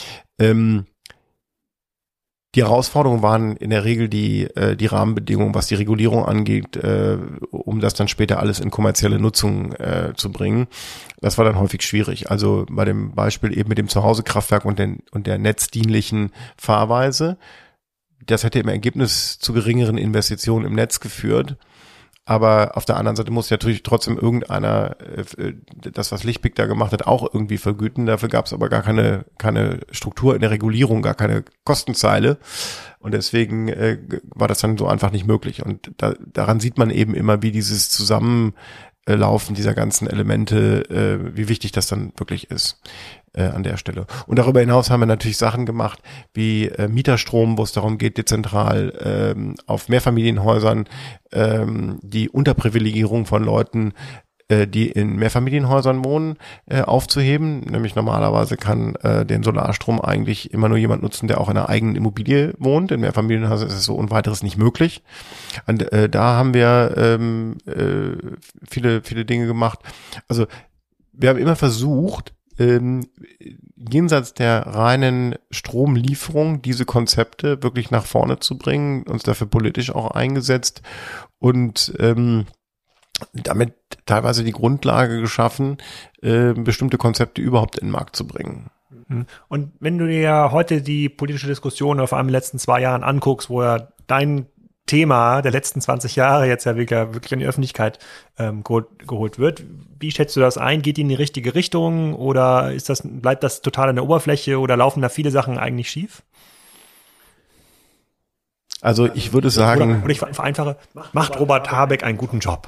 Die Herausforderungen waren in der Regel die Rahmenbedingungen, was die Regulierung angeht, um das dann später alles in kommerzielle Nutzung zu bringen. Das war dann häufig schwierig. Also bei dem Beispiel eben mit dem Zuhausekraftwerk und der netzdienlichen Fahrweise, das hätte im Ergebnis zu geringeren Investitionen im Netz geführt. Aber auf der anderen Seite muss natürlich trotzdem irgendeiner das, was Lichtblick da gemacht hat, auch irgendwie vergüten. Dafür gab es aber gar keine Struktur in der Regulierung, gar keine Kostenzeile. Und deswegen war das dann so einfach nicht möglich. Und daran sieht man eben immer, wie dieses Zusammenlaufen dieser ganzen Elemente, wie wichtig das dann wirklich ist an der Stelle. Und darüber hinaus haben wir natürlich Sachen gemacht wie Mieterstrom, wo es darum geht, dezentral auf Mehrfamilienhäusern die Unterprivilegierung von Leuten, die in Mehrfamilienhäusern wohnen, aufzuheben. Nämlich normalerweise kann den Solarstrom eigentlich immer nur jemand nutzen, der auch in einer eigenen Immobilie wohnt. In Mehrfamilienhäusern ist es so und weiteres nicht möglich. Und da haben wir viele Dinge gemacht. Also wir haben immer versucht, jenseits der reinen Stromlieferung diese Konzepte wirklich nach vorne zu bringen, uns dafür politisch auch eingesetzt und damit teilweise die Grundlage geschaffen, bestimmte Konzepte überhaupt in den Markt zu bringen. Und wenn du dir ja heute die politische Diskussion vor allem in den letzten 2 Jahren anguckst, wo ja dein Thema der letzten 20 Jahre jetzt ja wirklich an die Öffentlichkeit geholt wird. Wie schätzt du das ein? Geht die in die richtige Richtung oder bleibt das total an der Oberfläche oder laufen da viele Sachen eigentlich schief? Also ich würde sagen... Oder ich vereinfache, macht Robert Habeck einen guten Job?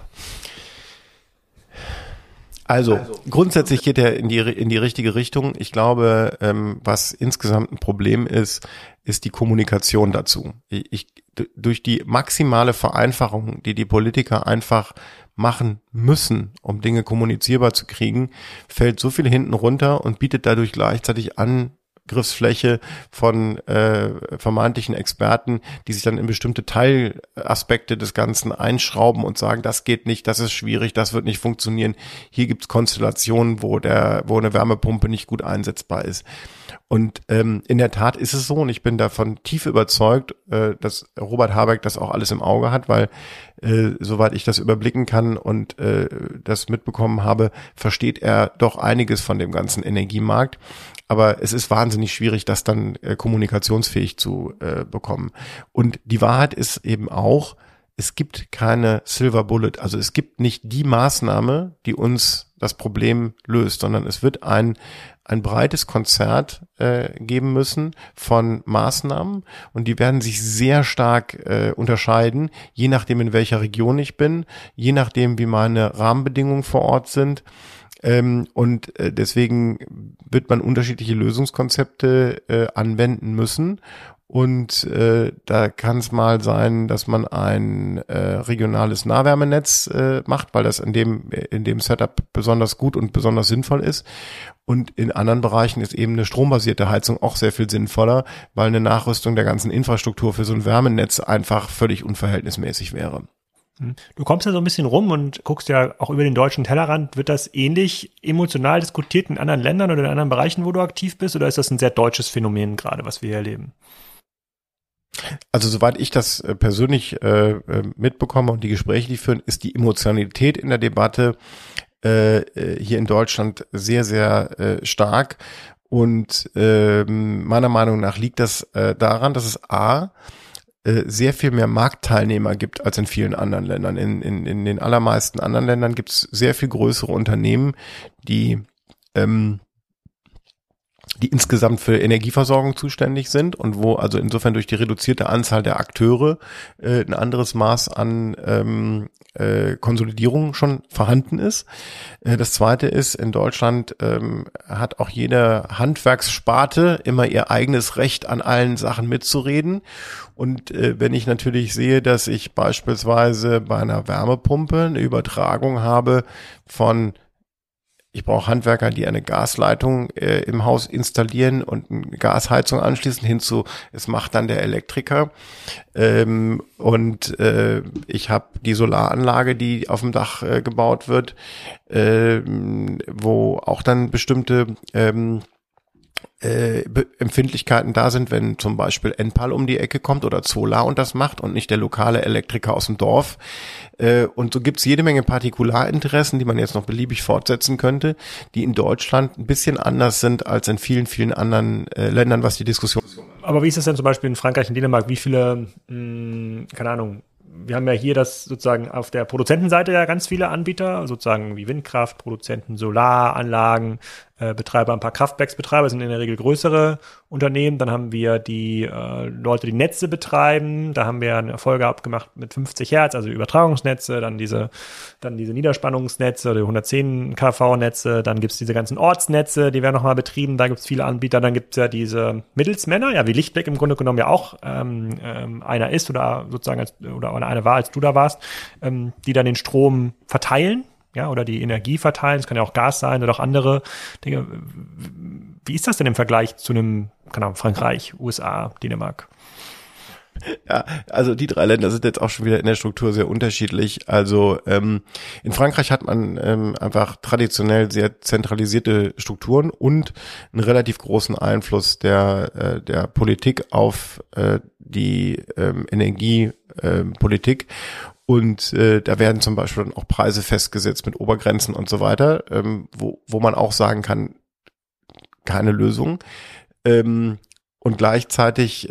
Also grundsätzlich geht er in die richtige Richtung. Ich glaube, was insgesamt ein Problem ist die Kommunikation dazu. Durch die maximale Vereinfachung, die Politiker einfach machen müssen, um Dinge kommunizierbar zu kriegen, fällt so viel hinten runter und bietet dadurch gleichzeitig Angriffsfläche von vermeintlichen Experten, die sich dann in bestimmte Teilaspekte des Ganzen einschrauben und sagen, das geht nicht, das ist schwierig, das wird nicht funktionieren. Hier gibt's Konstellationen, wo eine Wärmepumpe nicht gut einsetzbar ist. Und in der Tat ist es so, und ich bin davon tief überzeugt, dass Robert Habeck das auch alles im Auge hat, weil soweit ich das überblicken kann und das mitbekommen habe, versteht er doch einiges von dem ganzen Energiemarkt. Aber es ist wahnsinnig schwierig, das dann kommunikationsfähig zu bekommen. Und die Wahrheit ist eben auch, es gibt keine Silver Bullet. Also es gibt nicht die Maßnahme, die uns das Problem löst, sondern es wird ein breites Konzert geben müssen von Maßnahmen und die werden sich sehr stark unterscheiden, je nachdem in welcher Region ich bin, je nachdem wie meine Rahmenbedingungen vor Ort sind. Und deswegen wird man unterschiedliche Lösungskonzepte anwenden müssen. Und da kann es mal sein, dass man ein regionales Nahwärmenetz macht, weil das in dem Setup besonders gut und besonders sinnvoll ist. Und in anderen Bereichen ist eben eine strombasierte Heizung auch sehr viel sinnvoller, weil eine Nachrüstung der ganzen Infrastruktur für so ein Wärmenetz einfach völlig unverhältnismäßig wäre. Du kommst ja so ein bisschen rum und guckst ja auch über den deutschen Tellerrand. Wird das ähnlich emotional diskutiert in anderen Ländern oder in anderen Bereichen, wo du aktiv bist? Oder ist das ein sehr deutsches Phänomen gerade, was wir hier erleben? Also soweit ich das persönlich mitbekomme und die Gespräche, die führen, ist die Emotionalität in der Debatte hier in Deutschland sehr, sehr stark. Und meiner Meinung nach liegt das daran, dass es sehr viel mehr Marktteilnehmer gibt als in vielen anderen Ländern. In den allermeisten anderen Ländern gibt es sehr viel größere Unternehmen, die insgesamt für Energieversorgung zuständig sind und wo also insofern durch die reduzierte Anzahl der Akteure ein anderes Maß an Konsolidierung schon vorhanden ist. Das Zweite ist, in Deutschland hat auch jede Handwerkssparte immer ihr eigenes Recht, an allen Sachen mitzureden. Und wenn ich natürlich sehe, dass ich beispielsweise bei einer Wärmepumpe eine Übertragung habe von ich brauche Handwerker, die eine Gasleitung im Haus installieren und eine Gasheizung anschließen, hinzu, es macht dann der Elektriker. Ich habe die Solaranlage, die auf dem Dach gebaut wird, wo auch dann bestimmte Empfindlichkeiten da sind, wenn zum Beispiel Enpal um die Ecke kommt oder Zolar und das macht und nicht der lokale Elektriker aus dem Dorf. Und so gibt's jede Menge Partikularinteressen, die man jetzt noch beliebig fortsetzen könnte, die in Deutschland ein bisschen anders sind als in vielen, vielen anderen Ländern, was die Diskussion. Aber wie ist das denn zum Beispiel in Frankreich und Dänemark? Wie viele, keine Ahnung, wir haben ja hier das sozusagen auf der Produzentenseite ja ganz viele Anbieter, sozusagen wie Windkraftproduzenten, Solaranlagen, Betreiber, ein paar Kraftwerksbetreiber sind in der Regel größere Unternehmen. Dann haben wir die Leute, die Netze betreiben. Da haben wir eine Folge abgemacht mit 50 Hertz, also Übertragungsnetze, dann diese Niederspannungsnetze oder 110 kV-Netze. Dann gibt's diese ganzen Ortsnetze, die werden nochmal betrieben. Da gibt's viele Anbieter. Dann gibt's ja diese Mittelsmänner, ja wie Lichtblick im Grunde genommen ja auch einer ist oder sozusagen oder eine war, als du da warst, die dann den Strom verteilen. Ja, oder die Energie verteilen, es kann ja auch Gas sein oder auch andere Dinge. Wie ist das denn im Vergleich zu einem, keine Ahnung, Frankreich, USA, Dänemark? Ja, also die drei Länder sind jetzt auch schon wieder in der Struktur sehr unterschiedlich. Also in Frankreich hat man einfach traditionell sehr zentralisierte Strukturen und einen relativ großen Einfluss der Politik auf die Energiepolitik. Und da werden zum Beispiel dann auch Preise festgesetzt mit Obergrenzen und so weiter, wo man auch sagen kann, keine Lösung. Und gleichzeitig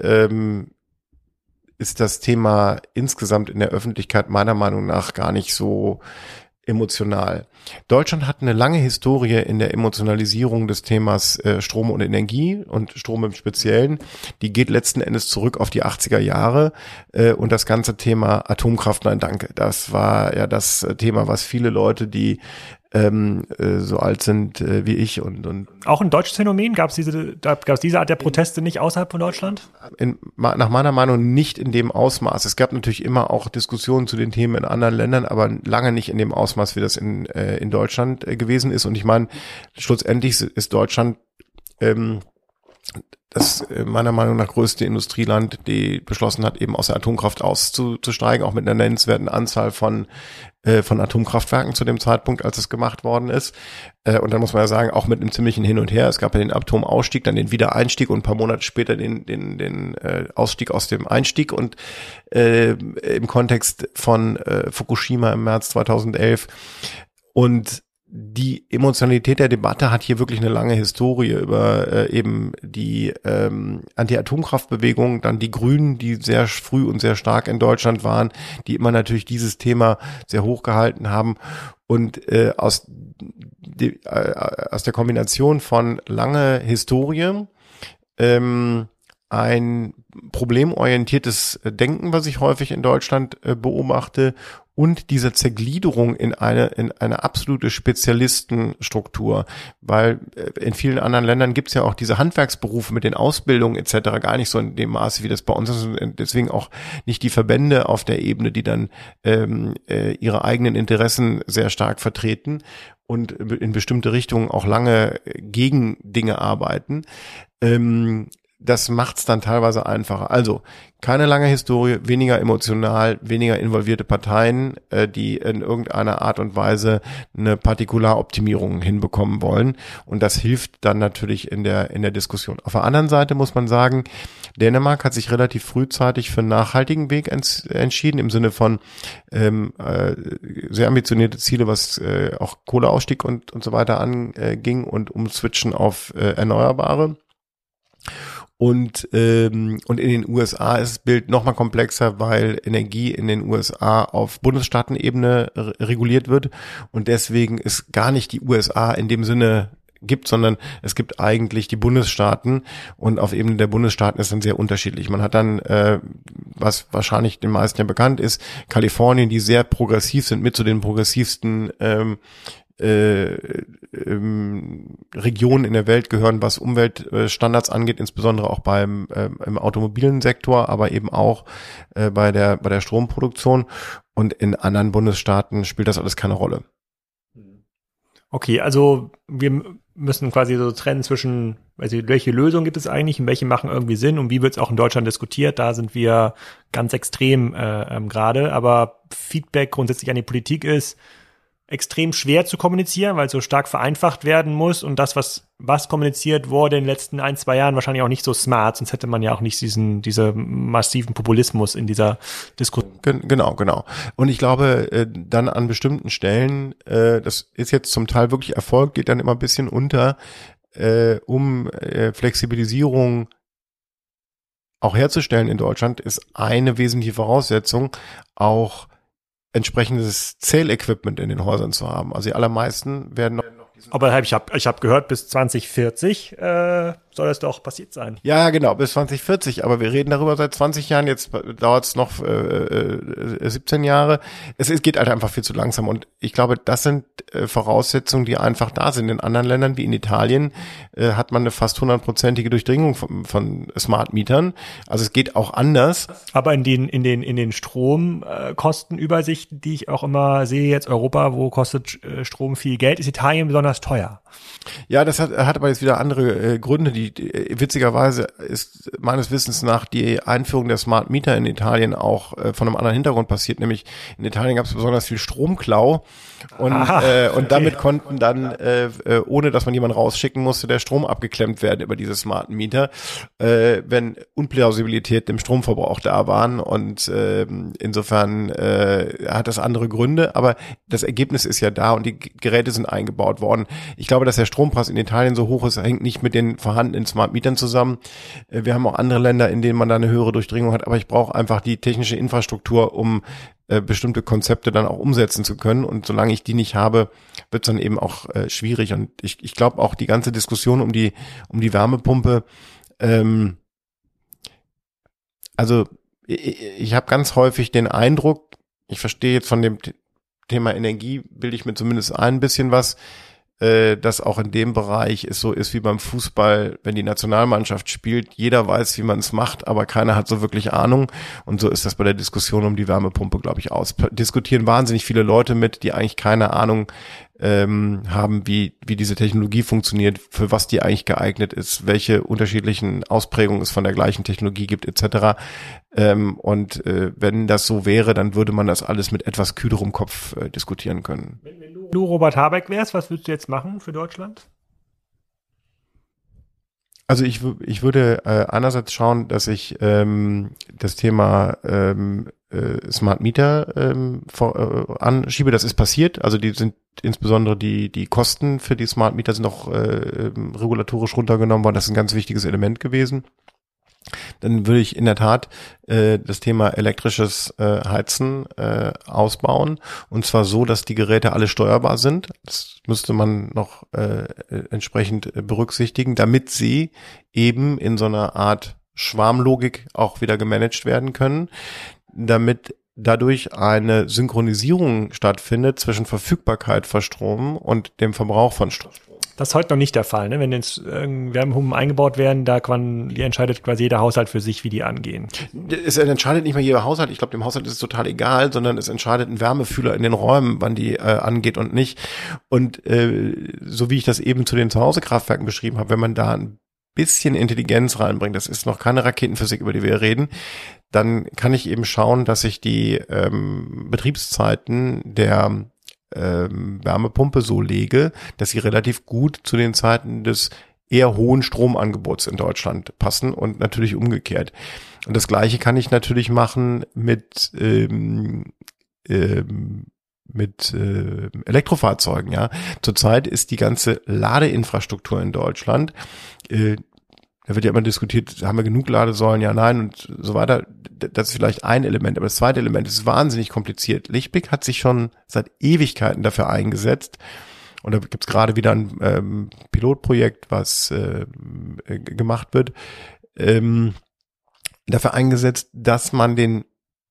ist das Thema insgesamt in der Öffentlichkeit meiner Meinung nach gar nicht so emotional. Deutschland hat eine lange Historie in der Emotionalisierung des Themas Strom und Energie und Strom im Speziellen. Die geht letzten Endes zurück auf die 80er Jahre und das ganze Thema Atomkraft, nein danke. Das war ja das Thema, was viele Leute, die so alt sind wie ich und auch ein deutsches Phänomen? Gab es diese Art der Proteste nicht außerhalb von Deutschland? Nach meiner Meinung nicht in dem Ausmaß. Es gab natürlich immer auch Diskussionen zu den Themen in anderen Ländern, aber lange nicht in dem Ausmaß, wie das in Deutschland gewesen ist. Und ich meine, schlussendlich ist Deutschland das meiner Meinung nach größte Industrieland, die beschlossen hat, eben aus der Atomkraft auszusteigen, auch mit einer nennenswerten Anzahl von Atomkraftwerken zu dem Zeitpunkt, als es gemacht worden ist. Und dann muss man ja sagen, auch mit einem ziemlichen Hin und Her. Es gab ja den Atomausstieg, dann den Wiedereinstieg und ein paar Monate später den Ausstieg aus dem Einstieg. Und im Kontext von Fukushima im März 2011. Und die Emotionalität der Debatte hat hier wirklich eine lange Historie über eben die Anti-Atomkraftbewegung, dann die Grünen, die sehr früh und sehr stark in Deutschland waren, die immer natürlich dieses Thema sehr hoch gehalten haben. Und aus der Kombination von lange Historie, ein problemorientiertes Denken, was ich häufig in Deutschland beobachte, und diese Zergliederung in eine absolute Spezialistenstruktur, weil in vielen anderen Ländern gibt es ja auch diese Handwerksberufe mit den Ausbildungen etc. gar nicht so in dem Maße, wie das bei uns ist, und deswegen auch nicht die Verbände auf der Ebene, die dann ihre eigenen Interessen sehr stark vertreten und in bestimmte Richtungen auch lange gegen Dinge arbeiten. Das macht's dann teilweise einfacher. Also keine lange Historie, weniger emotional, weniger involvierte Parteien, die in irgendeiner Art und Weise eine Partikularoptimierung hinbekommen wollen. Und das hilft dann natürlich in der Diskussion. Auf der anderen Seite muss man sagen, Dänemark hat sich relativ frühzeitig für einen nachhaltigen Weg entschieden, im Sinne von sehr ambitionierte Ziele, was auch Kohleausstieg und so weiter anging und umswitchen auf Erneuerbare. Und in den USA ist das Bild noch mal komplexer, weil Energie in den USA auf Bundesstaatenebene reguliert wird und deswegen es gar nicht die USA in dem Sinne gibt, sondern es gibt eigentlich die Bundesstaaten und auf Ebene der Bundesstaaten ist dann sehr unterschiedlich. Man hat dann, was wahrscheinlich den meisten ja bekannt ist, Kalifornien, die sehr progressiv sind, mit zu den progressivsten Regionen in der Welt gehören, was Umweltstandards angeht, insbesondere auch im automobilen Sektor, aber eben auch bei der Stromproduktion. Und in anderen Bundesstaaten spielt das alles keine Rolle. Okay, also wir müssen quasi so trennen zwischen, also welche Lösung gibt es eigentlich und welche machen irgendwie Sinn und wie wird es auch in Deutschland diskutiert. Da sind wir ganz extrem gerade, aber Feedback grundsätzlich an die Politik ist extrem schwer zu kommunizieren, weil es so stark vereinfacht werden muss und das, was kommuniziert wurde in den letzten 1-2 Jahren, wahrscheinlich auch nicht so smart, sonst hätte man ja auch nicht diesen massiven Populismus in dieser Diskussion. Genau. Und ich glaube, dann an bestimmten Stellen, das ist jetzt zum Teil wirklich Erfolg, geht dann immer ein bisschen unter, um Flexibilisierung auch herzustellen in Deutschland, ist eine wesentliche Voraussetzung, auch entsprechendes Zählequipment in den Häusern zu haben. Also die allermeisten werden noch. Aber ich hab gehört, bis 2040 soll das doch passiert sein. Ja, genau, bis 2040. Aber wir reden darüber seit 20 Jahren. Jetzt dauert es noch 17 Jahre. Es geht halt einfach viel zu langsam. Und ich glaube, das sind Voraussetzungen, die einfach da sind. In anderen Ländern wie in Italien hat man eine fast 100%ige Durchdringung von Smart Mietern. Also es geht auch anders. Aber in den Stromkostenübersichten, die ich auch immer sehe, jetzt Europa, wo kostet Strom viel Geld, ist Italien besonders teuer. Ja, das hat aber jetzt wieder andere Gründe. Witzigerweise ist meines Wissens nach die Einführung der Smart Meter in Italien auch von einem anderen Hintergrund passiert. Nämlich in Italien gab es besonders viel Stromklau und damit konnten dann, ohne dass man jemanden rausschicken musste, der Strom abgeklemmt werden über diese Smart Meter, wenn Unplausibilität im Stromverbrauch da waren. Und insofern hat das andere Gründe. Aber das Ergebnis ist ja da und die Geräte sind eingebaut worden. Ich glaube, dass der Strompreis in Italien so hoch ist, hängt nicht mit den vorhandenen Smart Mietern zusammen. Wir haben auch andere Länder, in denen man da eine höhere Durchdringung hat, aber ich brauche einfach die technische Infrastruktur, um bestimmte Konzepte dann auch umsetzen zu können. Und solange ich die nicht habe, wird es dann eben auch schwierig. Und ich glaube auch die ganze Diskussion um die Wärmepumpe, also ich habe ganz häufig den Eindruck, ich verstehe jetzt von dem Thema Energie, bilde ich mir zumindest ein bisschen was, dass auch in dem Bereich es so ist wie beim Fußball, wenn die Nationalmannschaft spielt, jeder weiß, wie man es macht, aber keiner hat so wirklich Ahnung. Und so ist das bei der Diskussion um die Wärmepumpe, glaube ich, aus. Diskutieren wahnsinnig viele Leute mit, die eigentlich keine Ahnung haben, wie diese Technologie funktioniert, für was die eigentlich geeignet ist, welche unterschiedlichen Ausprägungen es von der gleichen Technologie gibt, etc. Und wenn das so wäre, dann würde man das alles mit etwas kühlerem Kopf diskutieren können. Wenn du Robert Habeck wärst, was würdest du jetzt machen für Deutschland? Also ich würde einerseits schauen, dass ich das Thema Smart Meter anschiebe. Das ist passiert. Also die sind insbesondere die Kosten für die Smart Meter sind auch regulatorisch runtergenommen worden. Das ist ein ganz wichtiges Element gewesen. Dann würde ich in der Tat das Thema elektrisches Heizen ausbauen, und zwar so, dass die Geräte alle steuerbar sind. Das müsste man noch entsprechend berücksichtigen, damit sie eben in so einer Art Schwarmlogik auch wieder gemanagt werden können, damit dadurch eine Synchronisierung stattfindet zwischen Verfügbarkeit von Strom und dem Verbrauch von Strom. Das ist heute noch nicht der Fall, ne? Wenn jetzt Wärmepumpen eingebaut werden, die entscheidet quasi jeder Haushalt für sich, wie die angehen. Es entscheidet nicht mehr jeder Haushalt. Ich glaube, dem Haushalt ist es total egal, sondern es entscheidet ein Wärmefühler in den Räumen, wann die angeht und nicht. Und so wie ich das eben zu den Zuhause-Kraftwerken beschrieben habe, wenn man da ein bisschen Intelligenz reinbringt, das ist noch keine Raketenphysik, über die wir reden, dann kann ich eben schauen, dass ich die Betriebszeiten der Wärmepumpe so lege, dass sie relativ gut zu den Zeiten des eher hohen Stromangebots in Deutschland passen und natürlich umgekehrt. Und das Gleiche kann ich natürlich machen mit Elektrofahrzeugen, ja. Zurzeit ist die ganze Ladeinfrastruktur in Deutschland, da wird ja immer diskutiert, haben wir genug Ladesäulen, ja, nein und so weiter. Das ist vielleicht ein Element, aber das zweite Element ist wahnsinnig kompliziert. Lichtblick hat sich schon seit Ewigkeiten dafür eingesetzt, und da gibt es gerade wieder ein Pilotprojekt, was gemacht wird, dafür eingesetzt, dass man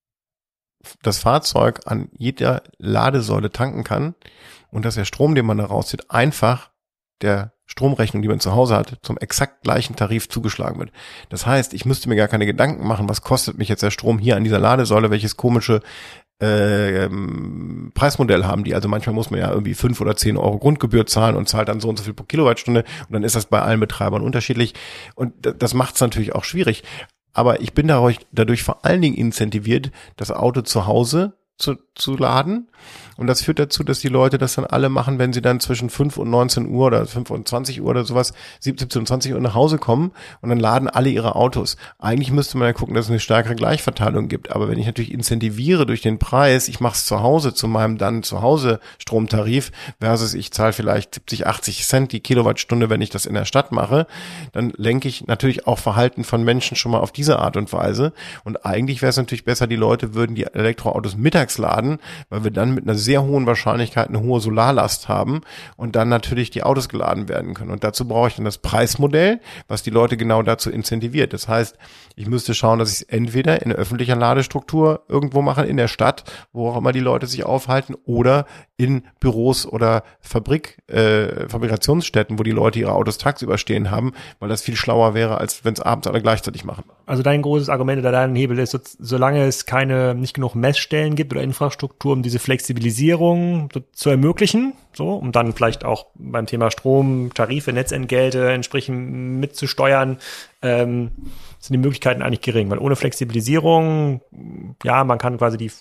das Fahrzeug an jeder Ladesäule tanken kann und dass der Strom, den man da rauszieht, einfach der Stromrechnung, die man zu Hause hat, zum exakt gleichen Tarif zugeschlagen wird. Das heißt, ich müsste mir gar keine Gedanken machen, was kostet mich jetzt der Strom hier an dieser Ladesäule, welches komische Preismodell haben die. Also manchmal muss man ja irgendwie 5 oder 10 Euro Grundgebühr zahlen und zahlt dann so und so viel pro Kilowattstunde, und dann ist das bei allen Betreibern unterschiedlich, und das macht es natürlich auch schwierig. Aber ich bin dadurch vor allen Dingen incentiviert, das Auto zu Hause zu laden. Und das führt dazu, dass die Leute das dann alle machen, wenn sie dann zwischen 5 und 19 Uhr oder 5 und 20 Uhr oder sowas, 17 und 20 Uhr nach Hause kommen, und dann laden alle ihre Autos. Eigentlich müsste man ja gucken, dass es eine stärkere Gleichverteilung gibt. Aber wenn ich natürlich incentiviere durch den Preis, ich mache es zu Hause zu meinem dann zu Hause Stromtarif versus ich zahle vielleicht 70, 80 Cent die Kilowattstunde, wenn ich das in der Stadt mache, dann lenke ich natürlich auch Verhalten von Menschen schon mal auf diese Art und Weise. Und eigentlich wäre es natürlich besser, die Leute würden die Elektroautos mittags laden, weil wir dann mit einer sehr hohen Wahrscheinlichkeit eine hohe Solarlast haben und dann natürlich die Autos geladen werden können. Und dazu brauche ich dann das Preismodell, was die Leute genau dazu incentiviert. Das heißt, ich müsste schauen, dass ich es entweder in öffentlicher Ladestruktur irgendwo mache, in der Stadt, wo auch immer die Leute sich aufhalten, oder in Büros oder Fabrikationsstätten, wo die Leute ihre Autos tagsüber stehen haben, weil das viel schlauer wäre, als wenn es abends alle gleichzeitig machen. Also dein großes Argument oder dein Hebel ist, solange es nicht genug Messstellen gibt oder Infrastruktur, um diese Flexibilisierung zu ermöglichen, so, um dann vielleicht auch beim Thema Strom, Tarife, Netzentgelte entsprechend mitzusteuern, sind die Möglichkeiten eigentlich gering, weil ohne Flexibilisierung, ja, man kann quasi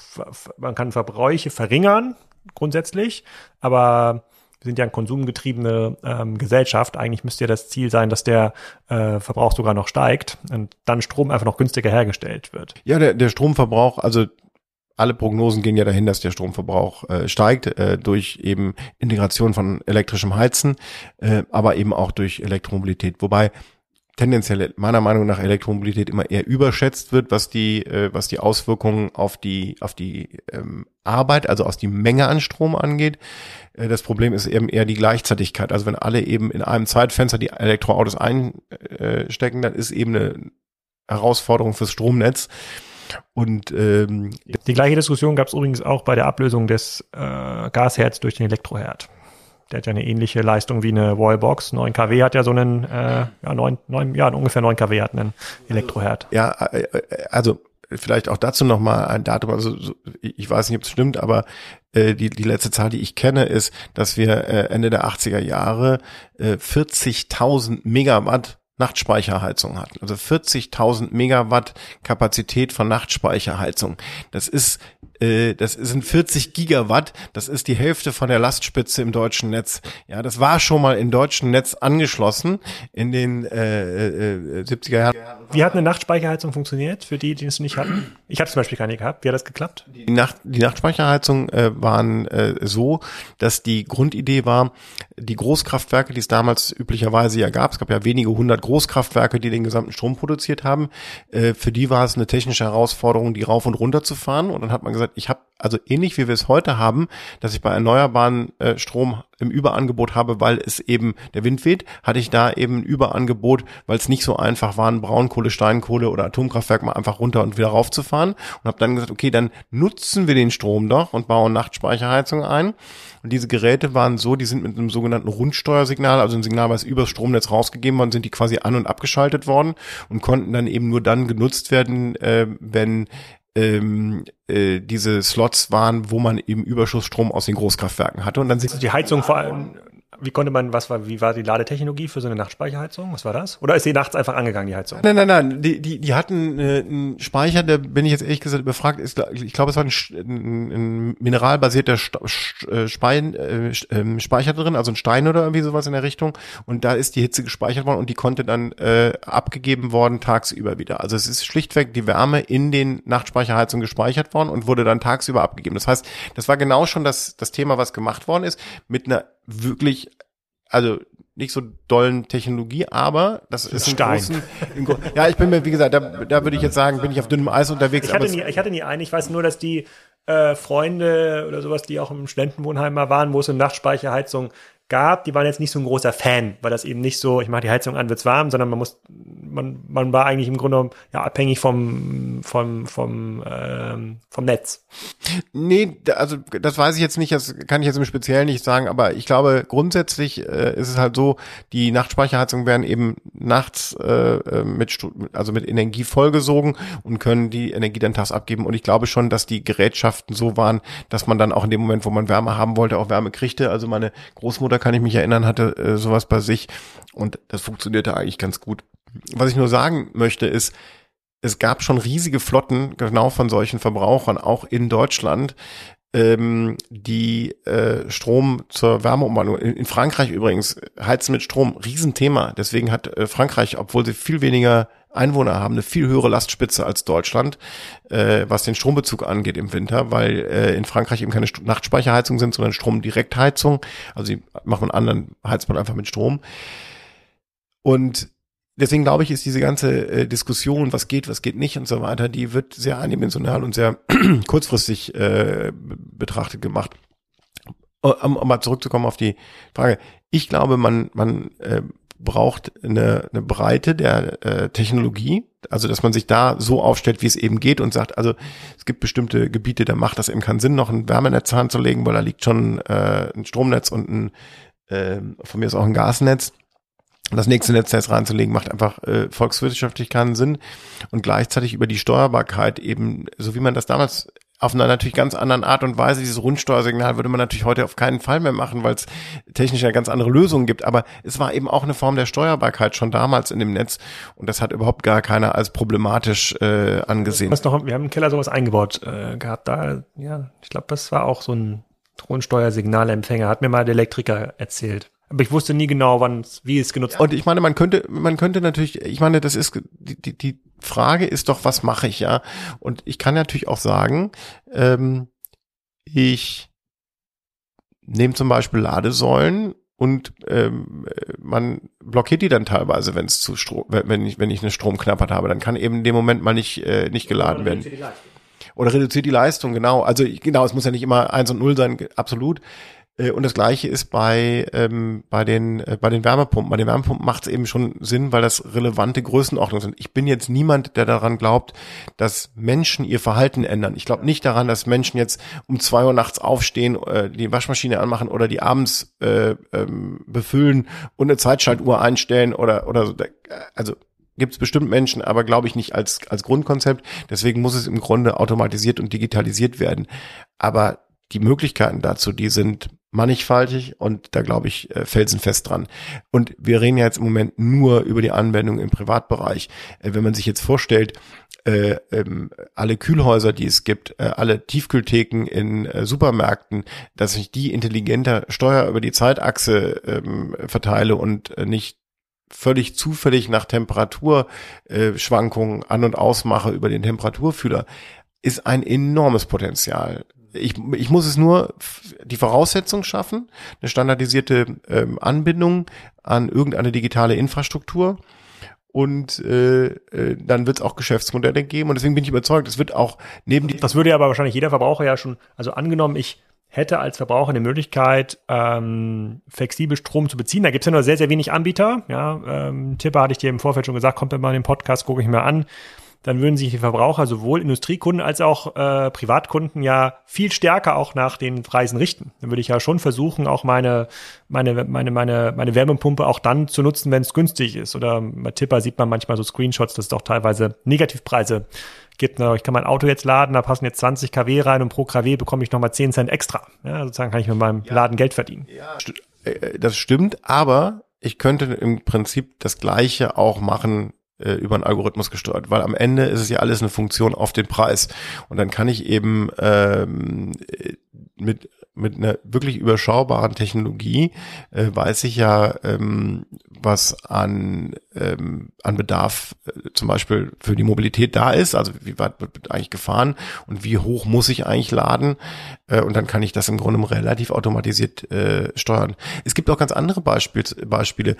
Verbräuche verringern, grundsätzlich, aber wir sind ja eine konsumgetriebene Gesellschaft. Eigentlich müsste ja das Ziel sein, dass der Verbrauch sogar noch steigt und dann Strom einfach noch günstiger hergestellt wird. Ja, der Stromverbrauch, also alle Prognosen gehen ja dahin, dass der Stromverbrauch steigt durch eben Integration von elektrischem Heizen, aber eben auch durch Elektromobilität. Wobei tendenziell meiner Meinung nach Elektromobilität immer eher überschätzt wird, was die Auswirkungen auf die Arbeit, also aus die Menge an Strom angeht. Das Problem ist eben eher die Gleichzeitigkeit. Also wenn alle eben in einem Zeitfenster die Elektroautos einstecken, dann ist eben eine Herausforderung fürs Stromnetz. Und die gleiche Diskussion gab es übrigens auch bei der Ablösung des Gasherds durch den Elektroherd. Der hat ja eine ähnliche Leistung wie eine Wallbox. 9 kW hat ja so einen, ungefähr 9 kW hat einen Elektroherd. Ja, also vielleicht auch dazu nochmal ein Datum. Also ich weiß nicht, ob es stimmt, aber die letzte Zahl, die ich kenne, ist, dass wir Ende der 80er Jahre 40.000 Megawatt Nachtspeicherheizung hatten. Also 40.000 Megawatt Kapazität von Nachtspeicherheizung. Das ist das sind 40 Gigawatt, das ist die Hälfte von der Lastspitze im deutschen Netz. Ja, das war schon mal im deutschen Netz angeschlossen in den 70er Jahren. Wie hat eine Nachtspeicherheizung funktioniert, für die es nicht hatten? Ich habe zum Beispiel keine gehabt. Wie hat das geklappt? Die Nachtspeicherheizung waren so, dass die Grundidee war, die Großkraftwerke, die es damals üblicherweise ja gab, es gab ja wenige 100 Großkraftwerke, die den gesamten Strom produziert haben, für die war es eine technische Herausforderung, die rauf und runter zu fahren. Und dann hat man gesagt, ich habe, also ähnlich wie wir es heute haben, dass ich bei erneuerbaren Strom im Überangebot habe, weil es eben der Wind weht, hatte ich da eben ein Überangebot, weil es nicht so einfach war, ein Braunkohle, Steinkohle oder Atomkraftwerk mal einfach runter und wieder raufzufahren, und habe dann gesagt, okay, dann nutzen wir den Strom doch und bauen Nachtspeicherheizung ein. Und diese Geräte waren so, die sind mit einem sogenannten Rundsteuersignal, also ein Signal, was übers Stromnetz rausgegeben worden, sind die quasi an- und abgeschaltet worden und konnten dann eben nur dann genutzt werden, wenn diese Slots waren, wo man eben Überschussstrom aus den Großkraftwerken hatte. Und dann sind Also die Heizung vor allem, wie war die Ladetechnologie für so eine Nachtspeicherheizung? Was war das? Oder ist die nachts einfach angegangen, die Heizung? Nein. Die hatten einen Speicher, da bin ich jetzt ehrlich gesagt überfragt, ich glaube, es war ein mineralbasierter Speicher drin, also ein Stein oder irgendwie sowas in der Richtung. Und da ist die Hitze gespeichert worden und die konnte dann abgegeben worden tagsüber wieder. Also es ist schlichtweg die Wärme in den Nachtspeicherheizungen gespeichert worden und wurde dann tagsüber abgegeben. Das heißt, das war genau schon das Thema, was gemacht worden ist, mit einer wirklich, also nicht so dollen Technologie, aber das ist Stein. Ja, ich bin mir, wie gesagt, da würde ich jetzt sagen, bin ich auf dünnem Eis unterwegs. Ich hatte nie einen. Ich weiß nur, dass die Freunde oder sowas, die auch im Studentenwohnheim mal waren, wo es eine Nachtspeicherheizung gab, die waren jetzt nicht so ein großer Fan, weil das eben nicht so, ich mache die Heizung an, wird's warm, sondern man war eigentlich im Grunde ja abhängig vom Netz. Nee, also das weiß ich jetzt nicht, das kann ich jetzt im Speziellen nicht sagen, aber ich glaube, grundsätzlich ist es halt so, die Nachtspeicherheizungen werden eben nachts mit Energie vollgesogen und können die Energie dann tags abgeben, und ich glaube schon, dass die Gerätschaften so waren, dass man dann auch in dem Moment, wo man Wärme haben wollte, auch Wärme kriegte. Also meine Großmutter, kann ich mich erinnern, hatte sowas bei sich, und das funktionierte eigentlich ganz gut. Was ich nur sagen möchte ist, es gab schon riesige Flotten genau von solchen Verbrauchern, auch in Deutschland, die Strom zur Wärmeumwandlung, in Frankreich übrigens, heizen mit Strom, Riesenthema. Deswegen hat Frankreich, obwohl sie viel weniger Einwohner haben, eine viel höhere Lastspitze als Deutschland, was den Strombezug angeht im Winter, weil in Frankreich eben keine Nachtspeicherheizung sind, sondern Stromdirektheizung. Also sie machen einen anderen, heizt man einfach mit Strom. Und deswegen glaube ich, ist diese ganze Diskussion, was geht nicht und so weiter, die wird sehr eindimensional und sehr kurzfristig betrachtet gemacht. Um mal zurückzukommen auf die Frage. Ich glaube, man braucht eine Breite der Technologie, also dass man sich da so aufstellt, wie es eben geht, und sagt, also es gibt bestimmte Gebiete, da macht das eben keinen Sinn, noch ein Wärmenetz anzulegen, weil da liegt schon ein Stromnetz und von mir ist auch ein Gasnetz. Das nächste Netz reinzulegen, macht einfach volkswirtschaftlich keinen Sinn, und gleichzeitig über die Steuerbarkeit eben, so wie man das damals auf einer natürlich ganz anderen Art und Weise, dieses Rundsteuersignal würde man natürlich heute auf keinen Fall mehr machen, weil es technisch ja ganz andere Lösungen gibt, aber es war eben auch eine Form der Steuerbarkeit schon damals in dem Netz, und das hat überhaupt gar keiner als problematisch angesehen. Wir haben im Keller sowas eingebaut gehabt, ich glaube, das war auch so ein Rundsteuersignalempfänger, hat mir mal der Elektriker erzählt. Aber ich wusste nie genau, wie es genutzt wird. Und ich meine, man könnte natürlich, ich meine, das ist, die Frage ist doch, was mache ich, ja? Und ich kann natürlich auch sagen, ich nehme zum Beispiel Ladesäulen und man blockiert die dann teilweise, wenn es zu wenn ich eine Stromknappheit habe, dann kann eben in dem Moment mal nicht geladen werden. Oder reduziert die Leistung, genau. Also es muss ja nicht immer 1 und 0 sein, absolut. Und das Gleiche ist bei den Wärmepumpen. Bei den Wärmepumpen macht es eben schon Sinn, weil das relevante Größenordnungen sind. Ich bin jetzt niemand, der daran glaubt, dass Menschen ihr Verhalten ändern. Ich glaube nicht daran, dass Menschen jetzt um 2 Uhr nachts aufstehen, die Waschmaschine anmachen oder die abends befüllen und eine Zeitschaltuhr einstellen oder so. Also gibt es bestimmt Menschen, aber glaube ich nicht als Grundkonzept. Deswegen muss es im Grunde automatisiert und digitalisiert werden. Aber die Möglichkeiten dazu, die sind mannigfaltig und da glaube ich felsenfest dran. Und wir reden ja jetzt im Moment nur über die Anwendung im Privatbereich. Wenn man sich jetzt vorstellt, alle Kühlhäuser, die es gibt, alle Tiefkühltheken in Supermärkten, dass ich die intelligenter Steuer über die Zeitachse verteile und nicht völlig zufällig nach Temperaturschwankungen an- und ausmache über den Temperaturfühler, ist ein enormes Potenzial. Ich muss es nur die Voraussetzung schaffen, eine standardisierte Anbindung an irgendeine digitale Infrastruktur und dann wird es auch Geschäftsmodelle geben und deswegen bin ich überzeugt, es wird auch neben die... Das würde ja aber wahrscheinlich jeder Verbraucher ja schon, also angenommen, ich hätte als Verbraucher eine Möglichkeit, flexibel Strom zu beziehen. Da gibt es ja nur sehr, sehr wenig Anbieter. Ja, Tipper hatte ich dir im Vorfeld schon gesagt, kommt immer in den Podcast, gucke ich mir an. Dann würden sich die Verbraucher, sowohl Industriekunden als auch Privatkunden, ja viel stärker auch nach den Preisen richten. Dann würde ich ja schon versuchen, auch meine Wärmepumpe auch dann zu nutzen, wenn es günstig ist. Oder bei Tipper sieht man manchmal so Screenshots, dass es auch teilweise Negativpreise gibt. Ich kann mein Auto jetzt laden, da passen jetzt 20 kW rein und pro kW bekomme ich nochmal 10 Cent extra. Ja, sozusagen kann ich mit meinem Laden Geld verdienen. Ja, das stimmt, aber ich könnte im Prinzip das Gleiche auch machen, über einen Algorithmus gesteuert, weil am Ende ist es ja alles eine Funktion auf den Preis und dann kann ich eben mit einer wirklich überschaubaren Technologie weiß ich ja, was an Bedarf zum Beispiel für die Mobilität da ist, also wie weit wird eigentlich gefahren und wie hoch muss ich eigentlich laden und dann kann ich das im Grunde relativ automatisiert steuern. Es gibt auch ganz andere Beispiele.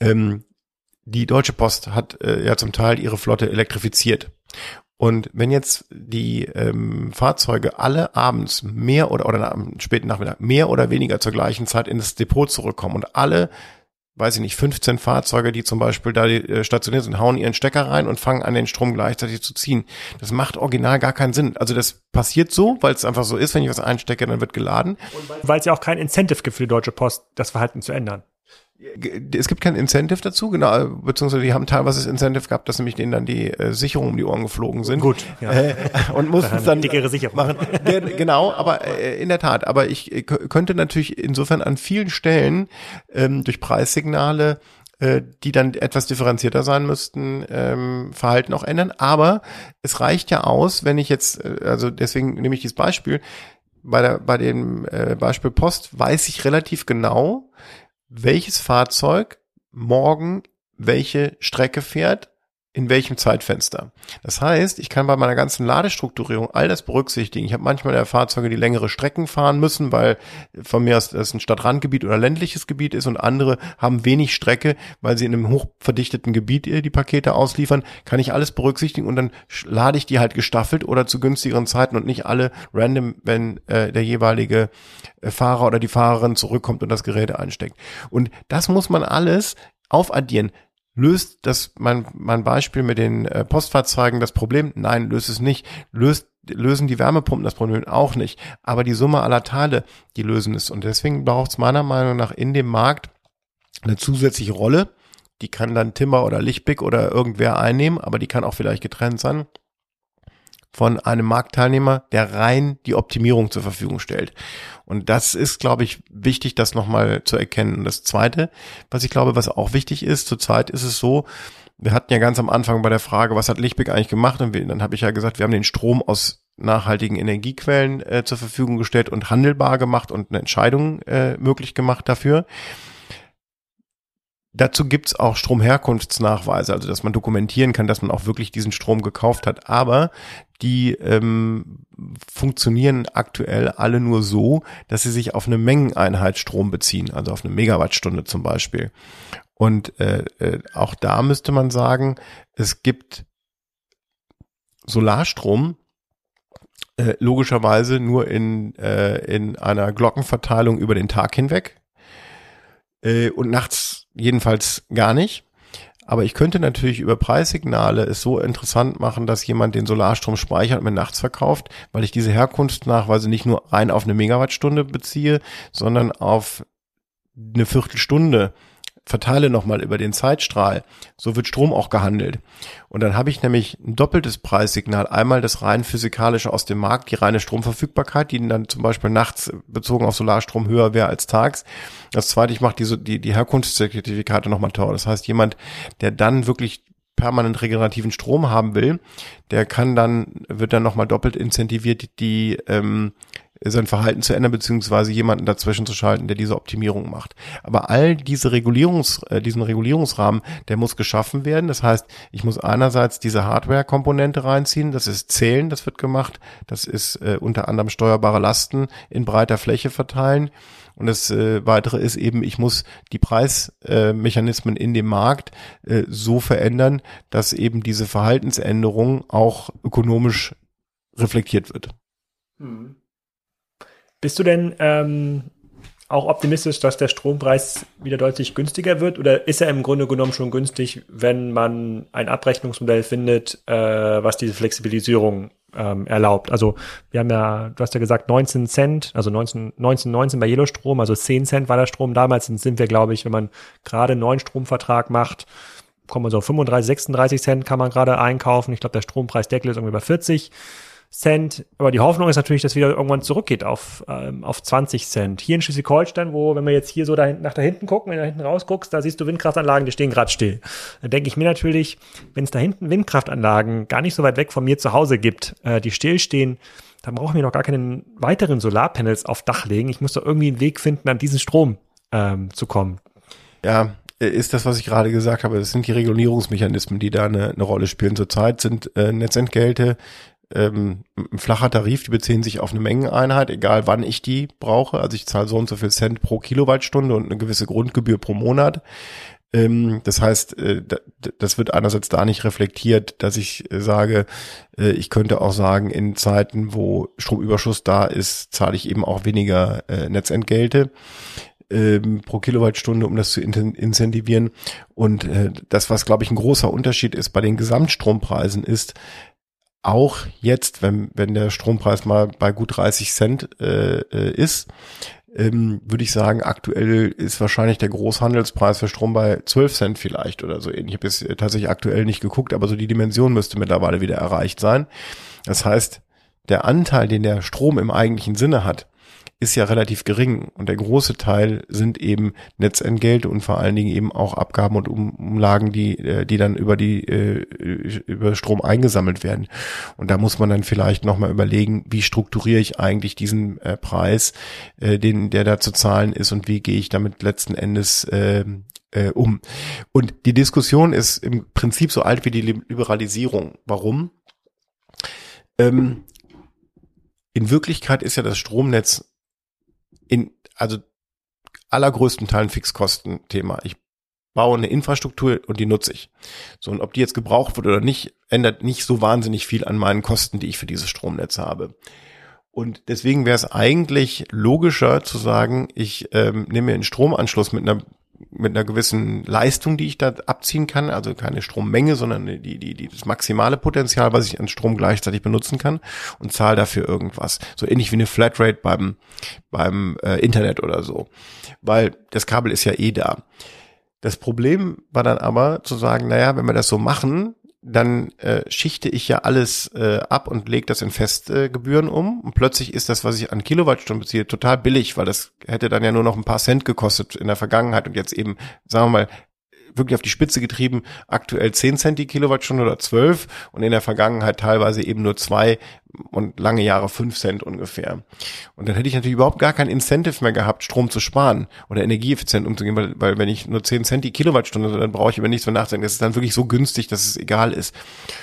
Die Deutsche Post hat ja zum Teil ihre Flotte elektrifiziert. Und wenn jetzt die Fahrzeuge alle abends mehr oder am späten Nachmittag mehr oder weniger zur gleichen Zeit in das Depot zurückkommen und alle, weiß ich nicht, 15 Fahrzeuge, die zum Beispiel da stationiert sind, hauen ihren Stecker rein und fangen an, den Strom gleichzeitig zu ziehen. Das macht original gar keinen Sinn. Also das passiert so, weil es einfach so ist, wenn ich was einstecke, dann wird geladen. Und weil es ja auch kein Incentive gibt für die Deutsche Post, das Verhalten zu ändern. Es gibt kein Incentive dazu, genau, beziehungsweise die haben teilweise das Incentive gehabt, dass nämlich denen dann die Sicherungen um die Ohren geflogen sind. Gut, ja. Und mussten es dann dickere Sicherung machen. Genau, aber in der Tat, aber ich könnte natürlich insofern an vielen Stellen durch Preissignale, die dann etwas differenzierter sein müssten, Verhalten auch ändern, aber es reicht ja aus, wenn ich jetzt, also deswegen nehme ich dieses Beispiel, bei dem Beispiel Post weiß ich relativ genau, welches Fahrzeug morgen welche Strecke fährt, in welchem Zeitfenster. Das heißt, ich kann bei meiner ganzen Ladestrukturierung all das berücksichtigen. Ich habe manchmal ja Fahrzeuge, die längere Strecken fahren müssen, weil von mir aus das ein Stadtrandgebiet oder ländliches Gebiet ist und andere haben wenig Strecke, weil sie in einem hochverdichteten Gebiet die Pakete ausliefern. Kann ich alles berücksichtigen und dann lade ich die halt gestaffelt oder zu günstigeren Zeiten und nicht alle random, wenn der jeweilige Fahrer oder die Fahrerin zurückkommt und das Gerät einsteckt. Und das muss man alles aufaddieren. Löst das mein Beispiel mit den Postfahrzeugen das Problem? Nein, löst es nicht. Lösen die Wärmepumpen das Problem auch nicht. Aber die Summe aller Teile, die lösen es. Und deswegen braucht es meiner Meinung nach in dem Markt eine zusätzliche Rolle. Die kann dann Timmer oder Lichtblick oder irgendwer einnehmen, aber die kann auch vielleicht getrennt sein von einem Marktteilnehmer, der rein die Optimierung zur Verfügung stellt. Und das ist, glaube ich, wichtig, das nochmal zu erkennen. Und das Zweite, was ich glaube, was auch wichtig ist, zurzeit ist es so, wir hatten ja ganz am Anfang bei der Frage, was hat Lichtblick eigentlich gemacht? Und dann habe ich ja gesagt, wir haben den Strom aus nachhaltigen Energiequellen zur Verfügung gestellt und handelbar gemacht und eine Entscheidung möglich gemacht dafür. Dazu gibt's auch Stromherkunftsnachweise, also dass man dokumentieren kann, dass man auch wirklich diesen Strom gekauft hat. Aber die funktionieren aktuell alle nur so, dass sie sich auf eine Mengeneinheit Strom beziehen, also auf eine Megawattstunde zum Beispiel. Und auch da müsste man sagen, es gibt Solarstrom logischerweise nur in einer Glockenverteilung über den Tag hinweg und nachts jedenfalls gar nicht. Aber ich könnte natürlich über Preissignale es so interessant machen, dass jemand den Solarstrom speichert und mir nachts verkauft, weil ich diese Herkunftsnachweise nicht nur rein auf eine Megawattstunde beziehe, sondern auf eine Viertelstunde verteile nochmal über den Zeitstrahl, so wird Strom auch gehandelt. Und dann habe ich nämlich ein doppeltes Preissignal. Einmal das rein physikalische aus dem Markt, die reine Stromverfügbarkeit, die dann zum Beispiel nachts bezogen auf Solarstrom höher wäre als tags. Das zweite, ich mache die Herkunftszertifikate nochmal teuer. Das heißt, jemand, der dann wirklich permanent regenerativen Strom haben will, wird dann nochmal doppelt incentiviert, sein Verhalten zu ändern, beziehungsweise jemanden dazwischen zu schalten, der diese Optimierung macht. Aber all diesen Regulierungsrahmen, der muss geschaffen werden. Das heißt, ich muss einerseits diese Hardware-Komponente reinziehen, das ist Zählen, das wird gemacht, das ist unter anderem steuerbare Lasten in breiter Fläche verteilen. Und das Weitere ist eben, ich muss die Preismechanismen in dem Markt so verändern, dass eben diese Verhaltensänderung auch ökonomisch reflektiert wird. Bist du denn auch optimistisch, dass der Strompreis wieder deutlich günstiger wird? Oder ist er im Grunde genommen schon günstig, wenn man ein Abrechnungsmodell findet, was diese Flexibilisierung erlaubt? Also wir haben ja, du hast ja gesagt 19 Cent, also 19 bei Yellow-Strom, also 10 Cent war der Strom. Damals sind wir, glaube ich, wenn man gerade einen neuen Stromvertrag macht, kommen wir so auf 35, 36 Cent kann man gerade einkaufen. Ich glaube, der Strompreisdeckel ist irgendwie bei 40 Cent, aber die Hoffnung ist natürlich, dass wieder irgendwann zurückgeht auf 20 Cent. Hier in Schleswig-Holstein, wenn wir jetzt hier so nach da hinten gucken, wenn du da hinten rausguckst, da siehst du Windkraftanlagen, die stehen gerade still. Da denke ich mir natürlich, wenn es da hinten Windkraftanlagen gar nicht so weit weg von mir zu Hause gibt, die stillstehen, dann brauchen wir noch gar keine weiteren Solarpanels auf Dach legen. Ich muss doch irgendwie einen Weg finden, an diesen Strom zu kommen. Ja, ist das, was ich gerade gesagt habe. Das sind die Regulierungsmechanismen, die da eine Rolle spielen. Zurzeit sind Netzentgelte ein flacher Tarif, die beziehen sich auf eine Mengeneinheit, egal wann ich die brauche. Also ich zahle so und so viel Cent pro Kilowattstunde und eine gewisse Grundgebühr pro Monat. Das heißt, das wird einerseits da nicht reflektiert, dass ich sage, ich könnte auch sagen, in Zeiten, wo Stromüberschuss da ist, zahle ich eben auch weniger Netzentgelte pro Kilowattstunde, um das zu incentivieren. Und das, was, glaube ich, ein großer Unterschied ist bei den Gesamtstrompreisen, ist, auch jetzt, wenn der Strompreis mal bei gut 30 Cent ist, würde ich sagen, aktuell ist wahrscheinlich der Großhandelspreis für Strom bei 12 Cent vielleicht oder so ähnlich. Ich habe jetzt tatsächlich aktuell nicht geguckt, aber so die Dimension müsste mittlerweile wieder erreicht sein. Das heißt, der Anteil, den der Strom im eigentlichen Sinne hat, ist ja relativ gering und der große Teil sind eben Netzentgelte und vor allen Dingen eben auch Abgaben und Umlagen, die dann über Strom eingesammelt werden. Und da muss man dann vielleicht nochmal überlegen, wie strukturiere ich eigentlich diesen Preis, der da zu zahlen ist und wie gehe ich damit letzten Endes um. Und die Diskussion ist im Prinzip so alt wie die Liberalisierung. Warum? In Wirklichkeit ist ja das Stromnetz also allergrößten Teilen Fixkostenthema. Ich baue eine Infrastruktur und die nutze ich. So, und ob die jetzt gebraucht wird oder nicht, ändert nicht so wahnsinnig viel an meinen Kosten, die ich für dieses Stromnetz habe. Und deswegen wäre es eigentlich logischer zu sagen, ich nehme mir einen Stromanschluss mit einer gewissen Leistung, die ich da abziehen kann, also keine Strommenge, sondern das maximale Potenzial, was ich an Strom gleichzeitig benutzen kann und zahle dafür irgendwas. So ähnlich wie eine Flatrate beim Internet oder so. Weil das Kabel ist ja eh da. Das Problem war dann aber zu sagen, naja, wenn wir das so machen, dann schichte ich ja alles ab und lege das in Festgebühren um. Und plötzlich ist das, was ich an Kilowattstunden beziehe, total billig, weil das hätte dann ja nur noch ein paar Cent gekostet in der Vergangenheit und jetzt eben, sagen wir mal, wirklich auf die Spitze getrieben, aktuell 10 Cent die Kilowattstunde oder 12 und in der Vergangenheit teilweise eben nur 2 und lange Jahre 5 Cent ungefähr. Und dann hätte ich natürlich überhaupt gar kein Incentive mehr gehabt, Strom zu sparen oder energieeffizient umzugehen, weil wenn ich nur 10 Cent die Kilowattstunde, dann brauche ich über nichts mehr nachdenken. Das ist dann wirklich so günstig, dass es egal ist.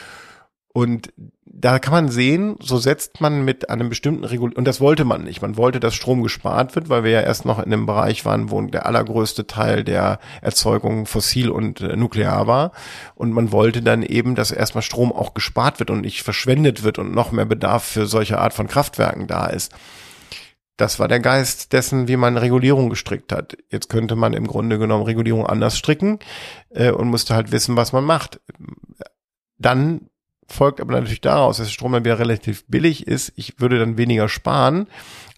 Und da kann man sehen, so setzt man mit einem bestimmten und das wollte man nicht. Man wollte, dass Strom gespart wird, weil wir ja erst noch in einem Bereich waren, wo der allergrößte Teil der Erzeugung fossil und nuklear war. Und man wollte dann eben, dass erstmal Strom auch gespart wird und nicht verschwendet wird und noch mehr Bedarf für solche Art von Kraftwerken da ist. Das war der Geist dessen, wie man Regulierung gestrickt hat. Jetzt könnte man im Grunde genommen Regulierung anders stricken und musste halt wissen, was man macht. Dann folgt aber natürlich daraus, dass der Strom dann wieder relativ billig ist. Ich würde dann weniger sparen,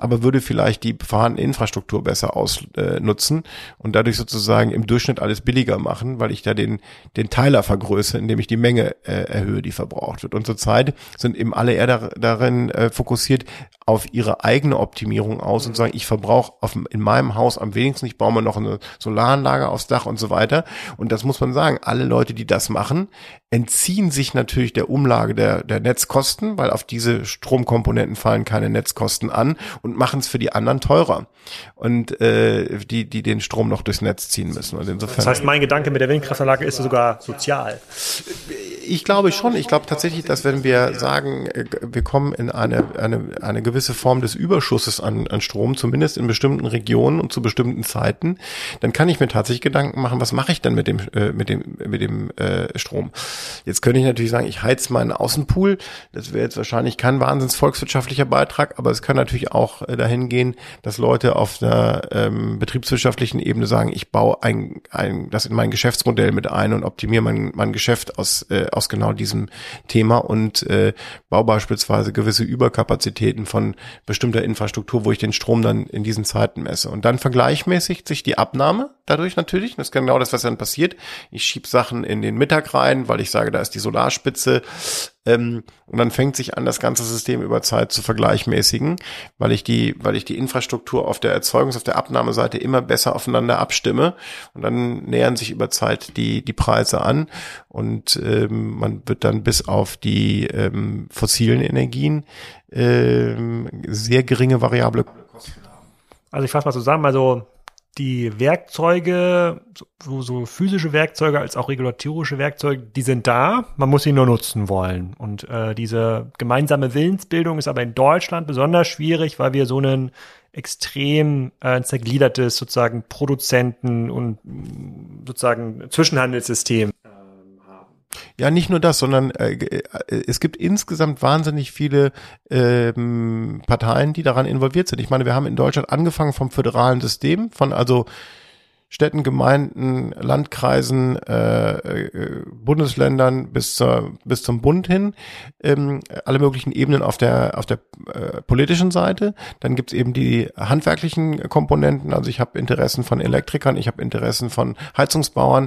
aber würde vielleicht die vorhandene Infrastruktur besser ausnutzen und dadurch sozusagen im Durchschnitt alles billiger machen, weil ich da den Teiler vergrößere, indem ich die Menge erhöhe, die verbraucht wird. Und zurzeit sind eben alle eher darin fokussiert auf ihre eigene Optimierung aus und sagen, ich verbrauche in meinem Haus am wenigsten, ich baue mir noch eine Solaranlage aufs Dach und so weiter. Und das muss man sagen, alle Leute, die das machen, entziehen sich natürlich der Umlage der Netzkosten, weil auf diese Stromkomponenten fallen keine Netzkosten an und machen es für die anderen teurer und die den Strom noch durchs Netz ziehen müssen. Und insofern, das heißt, mein Gedanke mit der Windkraftanlage ist sogar sozial. Ich glaube schon. Ich glaube tatsächlich, dass wenn wir sagen, wir kommen in eine gewisse Form des Überschusses an Strom, zumindest in bestimmten Regionen und zu bestimmten Zeiten, dann kann ich mir tatsächlich Gedanken machen, was mache ich denn mit dem Strom? Jetzt könnte ich natürlich sagen, ich heiz meinen Außenpool. Das wäre jetzt wahrscheinlich kein wahnsinns volkswirtschaftlicher Beitrag, aber es kann natürlich auch dahin gehen, dass Leute auf einer betriebswirtschaftlichen Ebene sagen, ich baue das in mein Geschäftsmodell mit ein und optimiere mein Geschäft aus genau diesem Thema und baue beispielsweise gewisse Überkapazitäten von bestimmter Infrastruktur, wo ich den Strom dann in diesen Zeiten messe. Und dann vergleichmäßigt sich die Abnahme dadurch natürlich. Das ist genau das, was dann passiert. Ich schiebe Sachen in den Mittag rein, weil ich sage, da ist die Solarspitze. Und dann fängt sich an, das ganze System über Zeit zu vergleichmäßigen, weil ich die Infrastruktur auf der auf der Abnahmeseite immer besser aufeinander abstimme. Und dann nähern sich über Zeit die Preise an und man wird dann bis auf die fossilen Energien sehr geringe variable Kosten haben. Also ich fasse mal zusammen, also die Werkzeuge, so physische Werkzeuge als auch regulatorische Werkzeuge, die sind da, man muss sie nur nutzen wollen. Und diese gemeinsame Willensbildung ist aber in Deutschland besonders schwierig, weil wir so einen extrem zergliedertes sozusagen Produzenten- und sozusagen Zwischenhandelssystem haben. Ja, nicht nur das, sondern es gibt insgesamt wahnsinnig viele Parteien, die daran involviert sind. Ich meine, wir haben in Deutschland angefangen vom föderalen System, von also Städten, Gemeinden, Landkreisen, Bundesländern bis zum Bund hin, alle möglichen Ebenen auf der politischen Seite. Dann gibt's eben die handwerklichen Komponenten. Also ich habe Interessen von Elektrikern, ich habe Interessen von Heizungsbauern,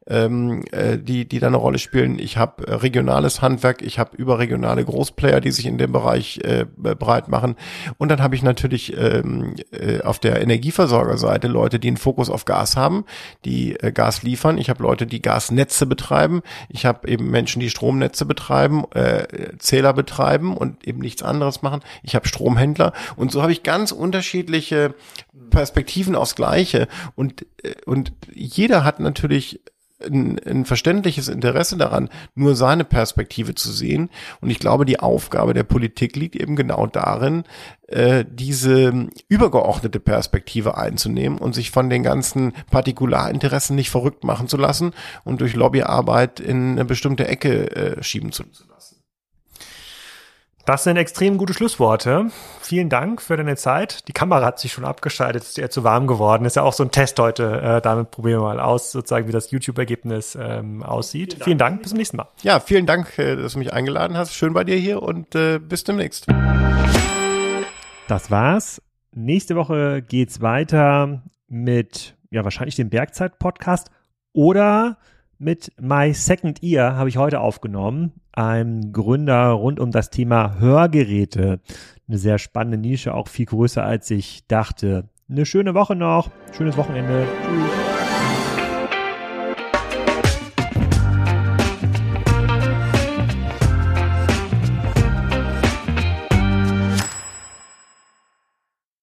die da eine Rolle spielen. Ich habe regionales Handwerk, ich habe überregionale Großplayer, die sich in dem Bereich breit machen. Und dann habe ich natürlich auf der Energieversorgerseite Leute, die einen Fokus auf Gas haben, die Gas liefern. Ich habe Leute, die Gasnetze betreiben. Ich habe eben Menschen, die Stromnetze betreiben, Zähler betreiben und eben nichts anderes machen. Ich habe Stromhändler und so habe ich ganz unterschiedliche Perspektiven aufs Gleiche und jeder hat natürlich ein verständliches Interesse daran, nur seine Perspektive zu sehen. Und ich glaube, die Aufgabe der Politik liegt eben genau darin, diese übergeordnete Perspektive einzunehmen und sich von den ganzen Partikularinteressen nicht verrückt machen zu lassen und durch Lobbyarbeit in eine bestimmte Ecke schieben zu lassen. Das sind extrem gute Schlussworte. Vielen Dank für deine Zeit. Die Kamera hat sich schon abgeschaltet, ist eher zu warm geworden. Ist ja auch so ein Test heute. Damit probieren wir mal aus, sozusagen, wie das YouTube-Ergebnis aussieht. Vielen Dank, bis zum nächsten Mal. Ja, vielen Dank, dass du mich eingeladen hast. Schön bei dir hier und bis demnächst. Das war's. Nächste Woche geht's weiter mit, wahrscheinlich dem Bergzeit-Podcast oder mit My Second Ear habe ich heute aufgenommen. Ein Gründer rund um das Thema Hörgeräte. Eine sehr spannende Nische, auch viel größer als ich dachte. Eine schöne Woche noch, schönes Wochenende. Tschüss.